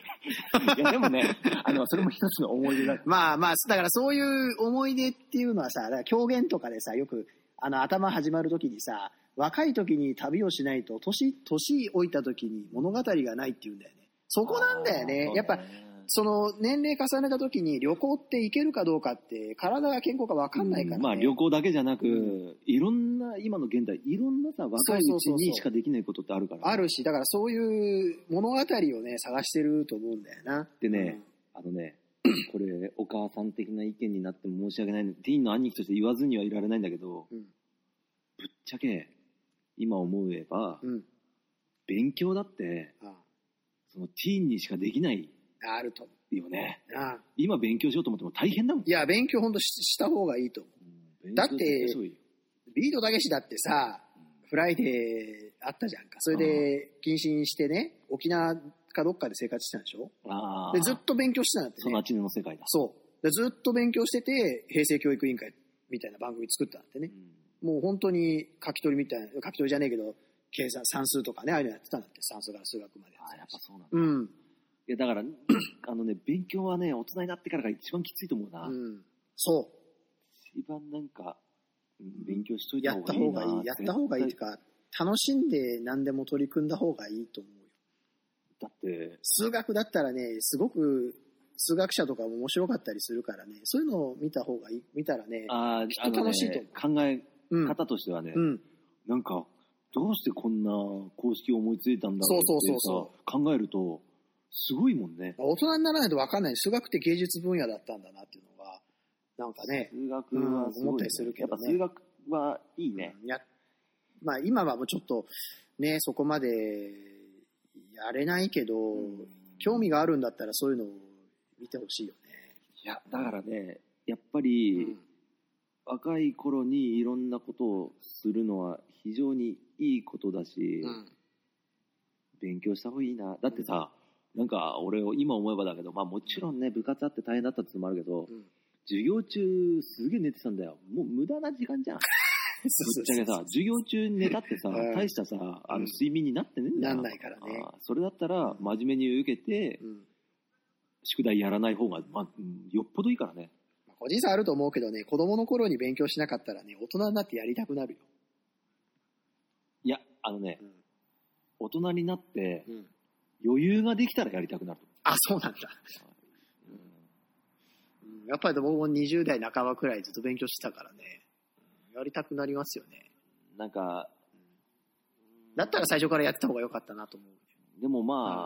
いやでもね、あのそれも一つの思い出だ。 まあまあだからそういう思い出っていうのはさ、だから狂言とかでさ、よくあの頭始まる時にさ、若い時に旅をしないと年年老いた時に物語がないっていうんだよね。そこなんだよね。やっぱその年齢重ねた時に旅行って行けるかどうかって体が健康か分かんないからね。 うん、まあ旅行だけじゃなく、うん、いろんな今の現代いろんなさ若いうちにしかできないことってあるから、ね、 あるし、だからそういう物語をね探してると思うんだよな。 でね、うん、あのねこれお母さん的な意見になっても申し訳ないので、ティーンの兄貴として言わずにはいられないんだけど、うん、ぶっちゃけ今思えば、うん、勉強だって、ああそのティーンにしかできないあると思うよね。 ああ今勉強しようと思っても大変だもん。 いや勉強ほんと し, した方がいいと思う、うん、だってビートたけしだってさ、うん、フライデーあったじゃんか。それで謹慎してね、沖縄かどっかで生活してたんでしょ。あでずっと勉強してたんだって、ね、 そのあっちの世界だ。 そうでずっと勉強してて平成教育委員会みたいな番組作ったんだってね、うん、もう本当に書き取りみたいな、書き取りじゃねえけど計算算数とかね、ああいうのやってたんだって。算数から数学まで。 ああやっぱそうなんだ。うん。いやだからあのね勉強はね大人になってからが一番きついと思うな。うん。そう。一番なんか、うん、勉強しといた方がいいな。やった方がいい。やった方がいいっていうか楽しんで何でも取り組んだ方がいいと思うよ。だって数学だったらねすごく数学者とかも面白かったりするからね、そういうのを見た方がいい、見たらね、あきっと楽しいと思う。ね、考え方としてはね、うん、なんかどうしてこんな公式を思いついたんだろうってそうそうそうそう考えるとすごいもんね。大人にならないと分かんない。数学って芸術分野だったんだなっていうのがなんかね、数学は、ねうん、思ったりするけどね。やっぱ数学はいいね。やまあ今はもうちょっとねそこまでやれないけど、うん、興味があるんだったらそういうのを見てほしいよね。いやだからねやっぱり、うん、若い頃にいろんなことをするのは非常にいいことだし、うん、勉強した方がいいな。だってさ、うん、なんか俺を今思えばだけど、まあもちろんね部活あって大変だったってのもあるけど、うん、授業中すげえ寝てたんだよ。もう無駄な時間じゃん。ぶっちゃけさ授業中に寝たってさ、うん、大したさあの睡眠になってねえんだよ。なんないからね。それだったら真面目に受けて、うん宿題やらない方が、まあ、よっぽどいいからね。個人差あると思うけどね、子供の頃に勉強しなかったらね、大人になってやりたくなるよ。いや、あのね、うん、大人になって、うん、余裕ができたらやりたくなると。あ、そうなんだ。うん、やっぱり僕もにじゅう代半ばくらいずっと勉強してたからね、やりたくなりますよね。なんか、だったら最初からやってた方が良かったなと思う。でもまあ、うん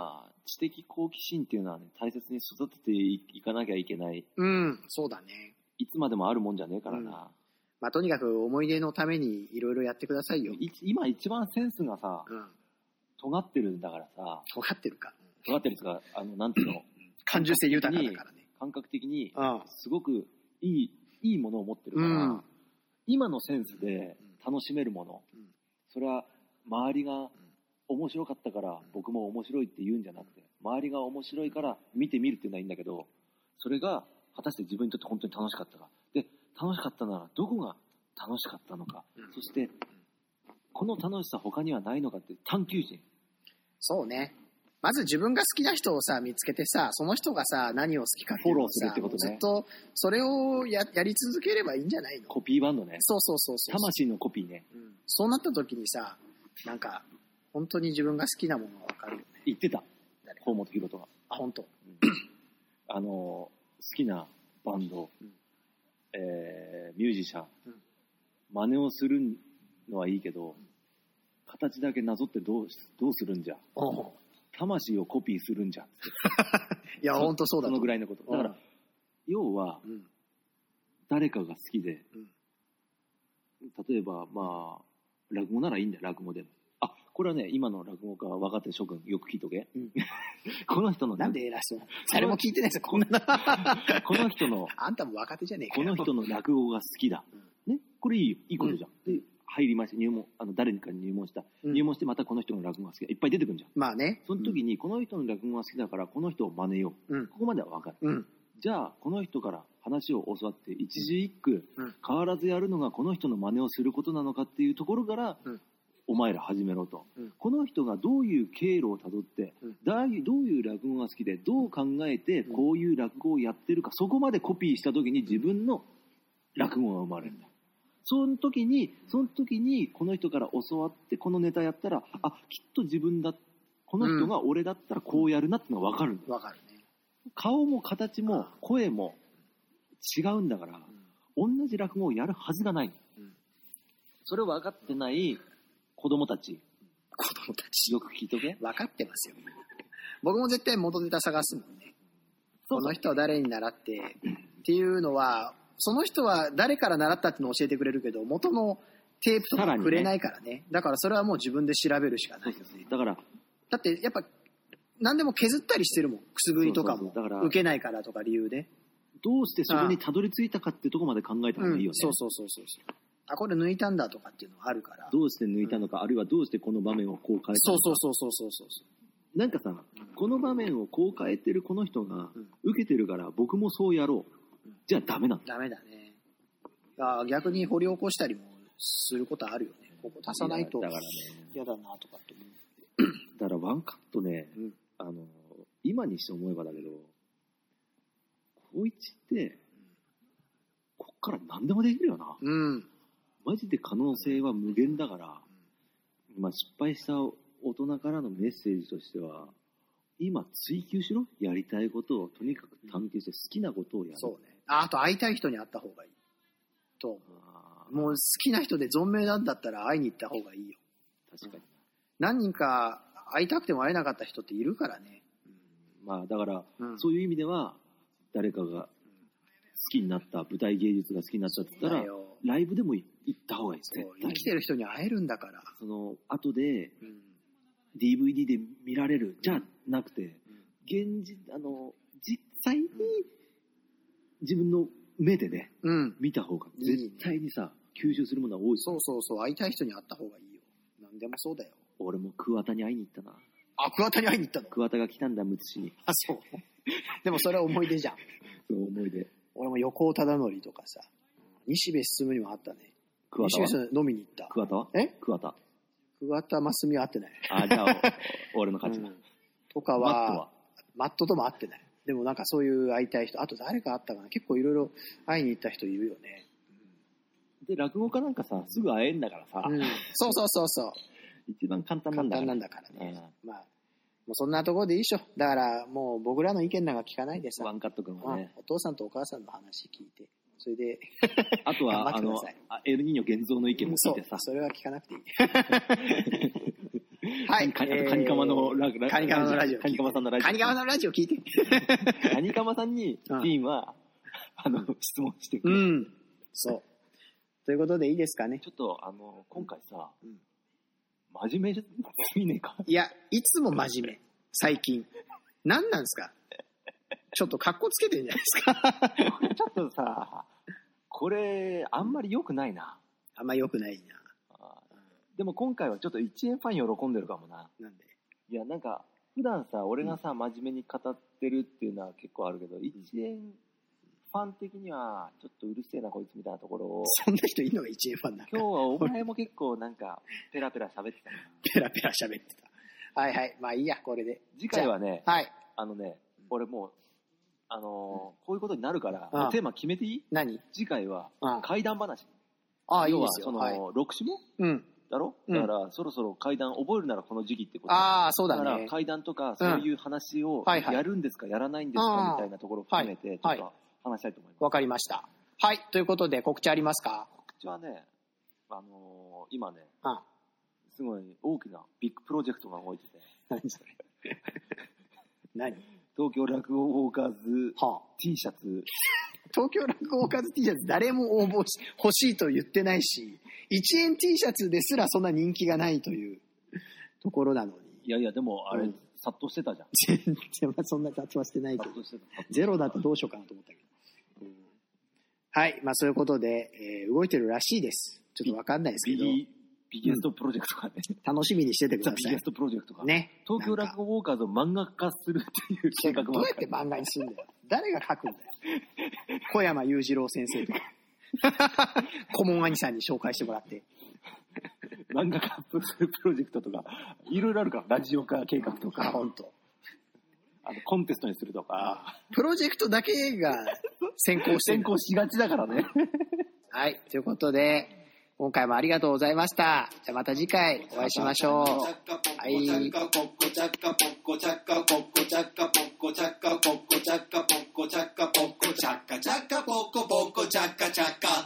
知的好奇心っていうのはね、大切に育てていかなきゃいけない。 うん、そうだね。 いつまでもあるもんじゃねえからな。うん、 まあ、とにかく思い出のためにいろいろやってくださいよ。 今一番センスがさ、うん、尖ってるんだからさ。 尖ってるか。 尖ってるんですか、あの、なんていうの感受性豊かだからね。 感覚的に、すごくいい、いいものを持ってるから、うん、今のセンスで楽しめるもの、うん、それは周りが面白かったから僕も面白いって言うんじゃなくて、周りが面白いから見てみるっていうのはいいんだけど、それが果たして自分にとって本当に楽しかったか。で、楽しかったならどこが楽しかったのか。うん、そして、この楽しさ他にはないのかって探求心。 そうね。まず自分が好きな人をさ、見つけてさ、その人がさ、何を好きかっていうのをさ、 フォローするってことね。 ずっとそれを や, やり続ければいいんじゃないの？ コピーバンドね。 そうそうそうそう。 魂のコピーね。 うん。そうなった時にさ、なんか、本当に自分が好きなものが分かるよね。 言ってた。河本大翔が。 あ、本当。うん、 あの、好きなバンド、うん、えー、ミュージシャン、うん、真似をするのはいいけど、うん、形だけなぞってどう、どうするんじゃ。魂をコピーするんじゃん。 いや、本当そうだ。 そのぐらいのこと。だから、うん、要は、うん、誰かが好きで、うん、例えば、まあ、落語ならいいんだよ、落語でも。あ、これはね、今の落語家、若手諸君、よく聞いとけ。うん、この人の、 なんで偉そうな。誰も聞いてないですよ、こんなの。 この人の、 あんたも若手じゃねえかよ。この人の落語が好きだ。うん、ね、これいいよ、いいことじゃん。うん、で入りました、入門、あの、誰かに入門した。うん、入門してまたこの人の落語が好きだ。いっぱい出てくるんじゃん。 まあね。 その時に、この人の落語が好きだから、この人を真似よう。うん、ここまではわかる。うん、じゃあ、この人から話を教わって、一字一句、うん、変わらずやるのがこの人の真似をすることなのかっていうところから、うん、お前ら始めろと、うん。この人がどういう経路をたどって、うん、どういう落語が好きで、どう考えて、こういう落語をやってるか、そこまでコピーした時に自分の落語が生まれるんだ。その時に、その時にこの人から教わってこのネタやったら、あ、きっと自分だ、この人が俺だったらこうやるなってのが分かるんだ。 分かるね。 顔も形も声も違うんだから、うん、同じ落語をやるはずがない。うん、それを分かってない子供たち。 子供たち。 よく聞いとけ。 分かってますよ。僕も絶対元ネタ探すもんね。そうそう、この人は誰に習ってっていうのは、その人は誰から習ったっていうのを教えてくれるけど、元のテープとかくれないからね。ね、だからそれはもう自分で調べるしかないよね。 そうそうそう、だから、 だってやっぱ何でも削ったりしてるもん。くすぐりとかも。そうそうそう、だから受けないからとか理由で。 どうしてそこにたどり着いたかってとこまで考えた方がいいよね。 うん、そうそうそうそう。あ、これ抜いたんだとかっていうのがあるから。 どうして抜いたのか、うん、あるいはどうしてこの場面をこう変えたのか。 そうそうそうそうそうそう。 なんかさ、この場面をこう変えてるこの人が受けてるから僕もそうやろう。うん、じゃあダメなの。 ダメだね。あ、逆に掘り起こしたりもすることあるよね。ここ足さないと嫌だなとかって思う。 だからワンカットね、うん、あの今にして思えばだけど、光一ってこっから何でもできるよな。うん。マジで可能性は無限だから、うん、まあ失敗した大人からのメッセージとしては、今追求しろ。やりたいことをとにかく探求して好きなことをやる。 そうね。あ、あと会いたい人に会った方がいい。ともう好きな人で存命なんだったら会いに行った方がいいよ。 確かに。 何人か会いたくても会えなかった人っているからね。 うん、まあだから、うん、そういう意味では誰かが好きになった、舞台芸術が好きになったって言ったらライブでも行った方がいいですね。 生きてる人に会えるんだから。 その後で ディーブイディー で見られるじゃなくて、現実あの実際に自分の目でね、うん、見た方が絶対にさ、吸収するものは多い。 そうそうそう、会いたい人に会った方がいいよ。何でもそうだよ。 俺も桑田に会いに行ったな。 あ、桑田に会いに行ったの？ 桑田が来たんだ、むつ市に。 あ、そう。でもそれは思い出じゃん。 そう、思い出。 俺も横尾忠則とかさ、西部進にも会ったね。 桑田は西部進飲みに行った。 桑田はえ桑田。 桑田真澄は会ってない。 あ、じゃあ、俺の勝ちだ。うん、 とかは、マットはマットとも会ってない。でもなんかそういう会いたい人、あと誰か会ったかな、結構いろいろ会いに行った人いるよね。 うん、で、落語家なんかさ、すぐ会えんだからさ。 うん、そうそうそうそう。 一番簡単なんだから。 簡単なんだからね。うん、まあ、もうそんなところでいいっしょ。だからもう僕らの意見なんか聞かないでさ。 ワンカット君はね、 うん。お父さんとお母さんの話聞いて、それで。 あとは、あの、エルニーニョ現像の意見も聞いてさ。 そう、それは聞かなくていい。 はい。 カニ、カニカマのラジオ。 カニカマのラジオ。 カニカマさんのラジオ。 カニカマのラジオ聞いて。 カニカマさんに、ティーンは、あの、質問してくる。うん。そう。ということでいいですかね。 ちょっと、あの、今回さ、うん、真面目すぎねえか。 いや、いつも真面目。最近。何なんですか。ちょっと格好つけてるんじゃないですか。 ちょっとさ、これ、あんまり良くないな。 あんまり良くないな。 でも今回はちょっといちえんファン喜んでるかもな。 なんで？ いや、なんか、普段さ、俺がさ、うん、真面目に語ってるっていうのは結構あるけど、いちえんファン的には、ちょっとうるせえな、こいつみたいなところを。 そんな人いるのがいちえんファンなんか。 今日はお前も結構なんか、ペラペラ喋ってたな。 ペラペラ喋ってた。はいはい。まあいいや、これで。 次回はね、 はい。 あのね、俺もう、あのーうん、こういうことになるから、ああテーマ決めていい？ 何？ 次回は、怪談話。 ああ、いいですよ。 要は、その、はい、ろく種もうん。だろ、うん、だから、そろそろ怪談覚えるならこの時期ってこと。 ああ、そうだね。 だから怪談とかそういう話をやるんですか、うんはいはい、やらないんですかみたいなところを含めて、ちょっと話したいと思います。 わかりました。はい。ということで、告知ありますか？ 告知はね、あのー、今ね、ああすごい大きなビッグプロジェクトが動いてて。 何それ何？ 東京落語ウォーカーズ T シャツ。はあ東京落語ウォーカーズ T シャツ誰も応募し欲しいと言ってないし、いちえん T シャツですらそんな人気がないというところなのに。 いやいや、でもあれ、うん、殺到してたじゃん。 全然そんな殺到してないけど。ゼロだとどうしようかなと思ったけど。うん、はい、まあそういうことで、えー、動いてるらしいです。ちょっとわかんないですけど。 ビビゲストプロジェクトがね、 うん、楽しみにしててください。 ビゲストプロジェクトがね。 東京落語ウォーカーズを漫画化するっていう計画も。 どうやって漫画にするんだよ。誰が書くんだよ。小山裕次郎先生とか顧問兄さんに紹介してもらって漫画化するプロジェクトとかいろいろあるから、ラジオ化計画とか、 本当あのコンテストにするとか、 プロジェクトだけが先行して先行しがちだからね。 はい、ということで今回もありがとうございました。じゃあまた次回お会いしましょう。はい。 チャッカチャッカポッコポッコチャッカポッコチャッカチャッカポッコポッコチャッカチャッカ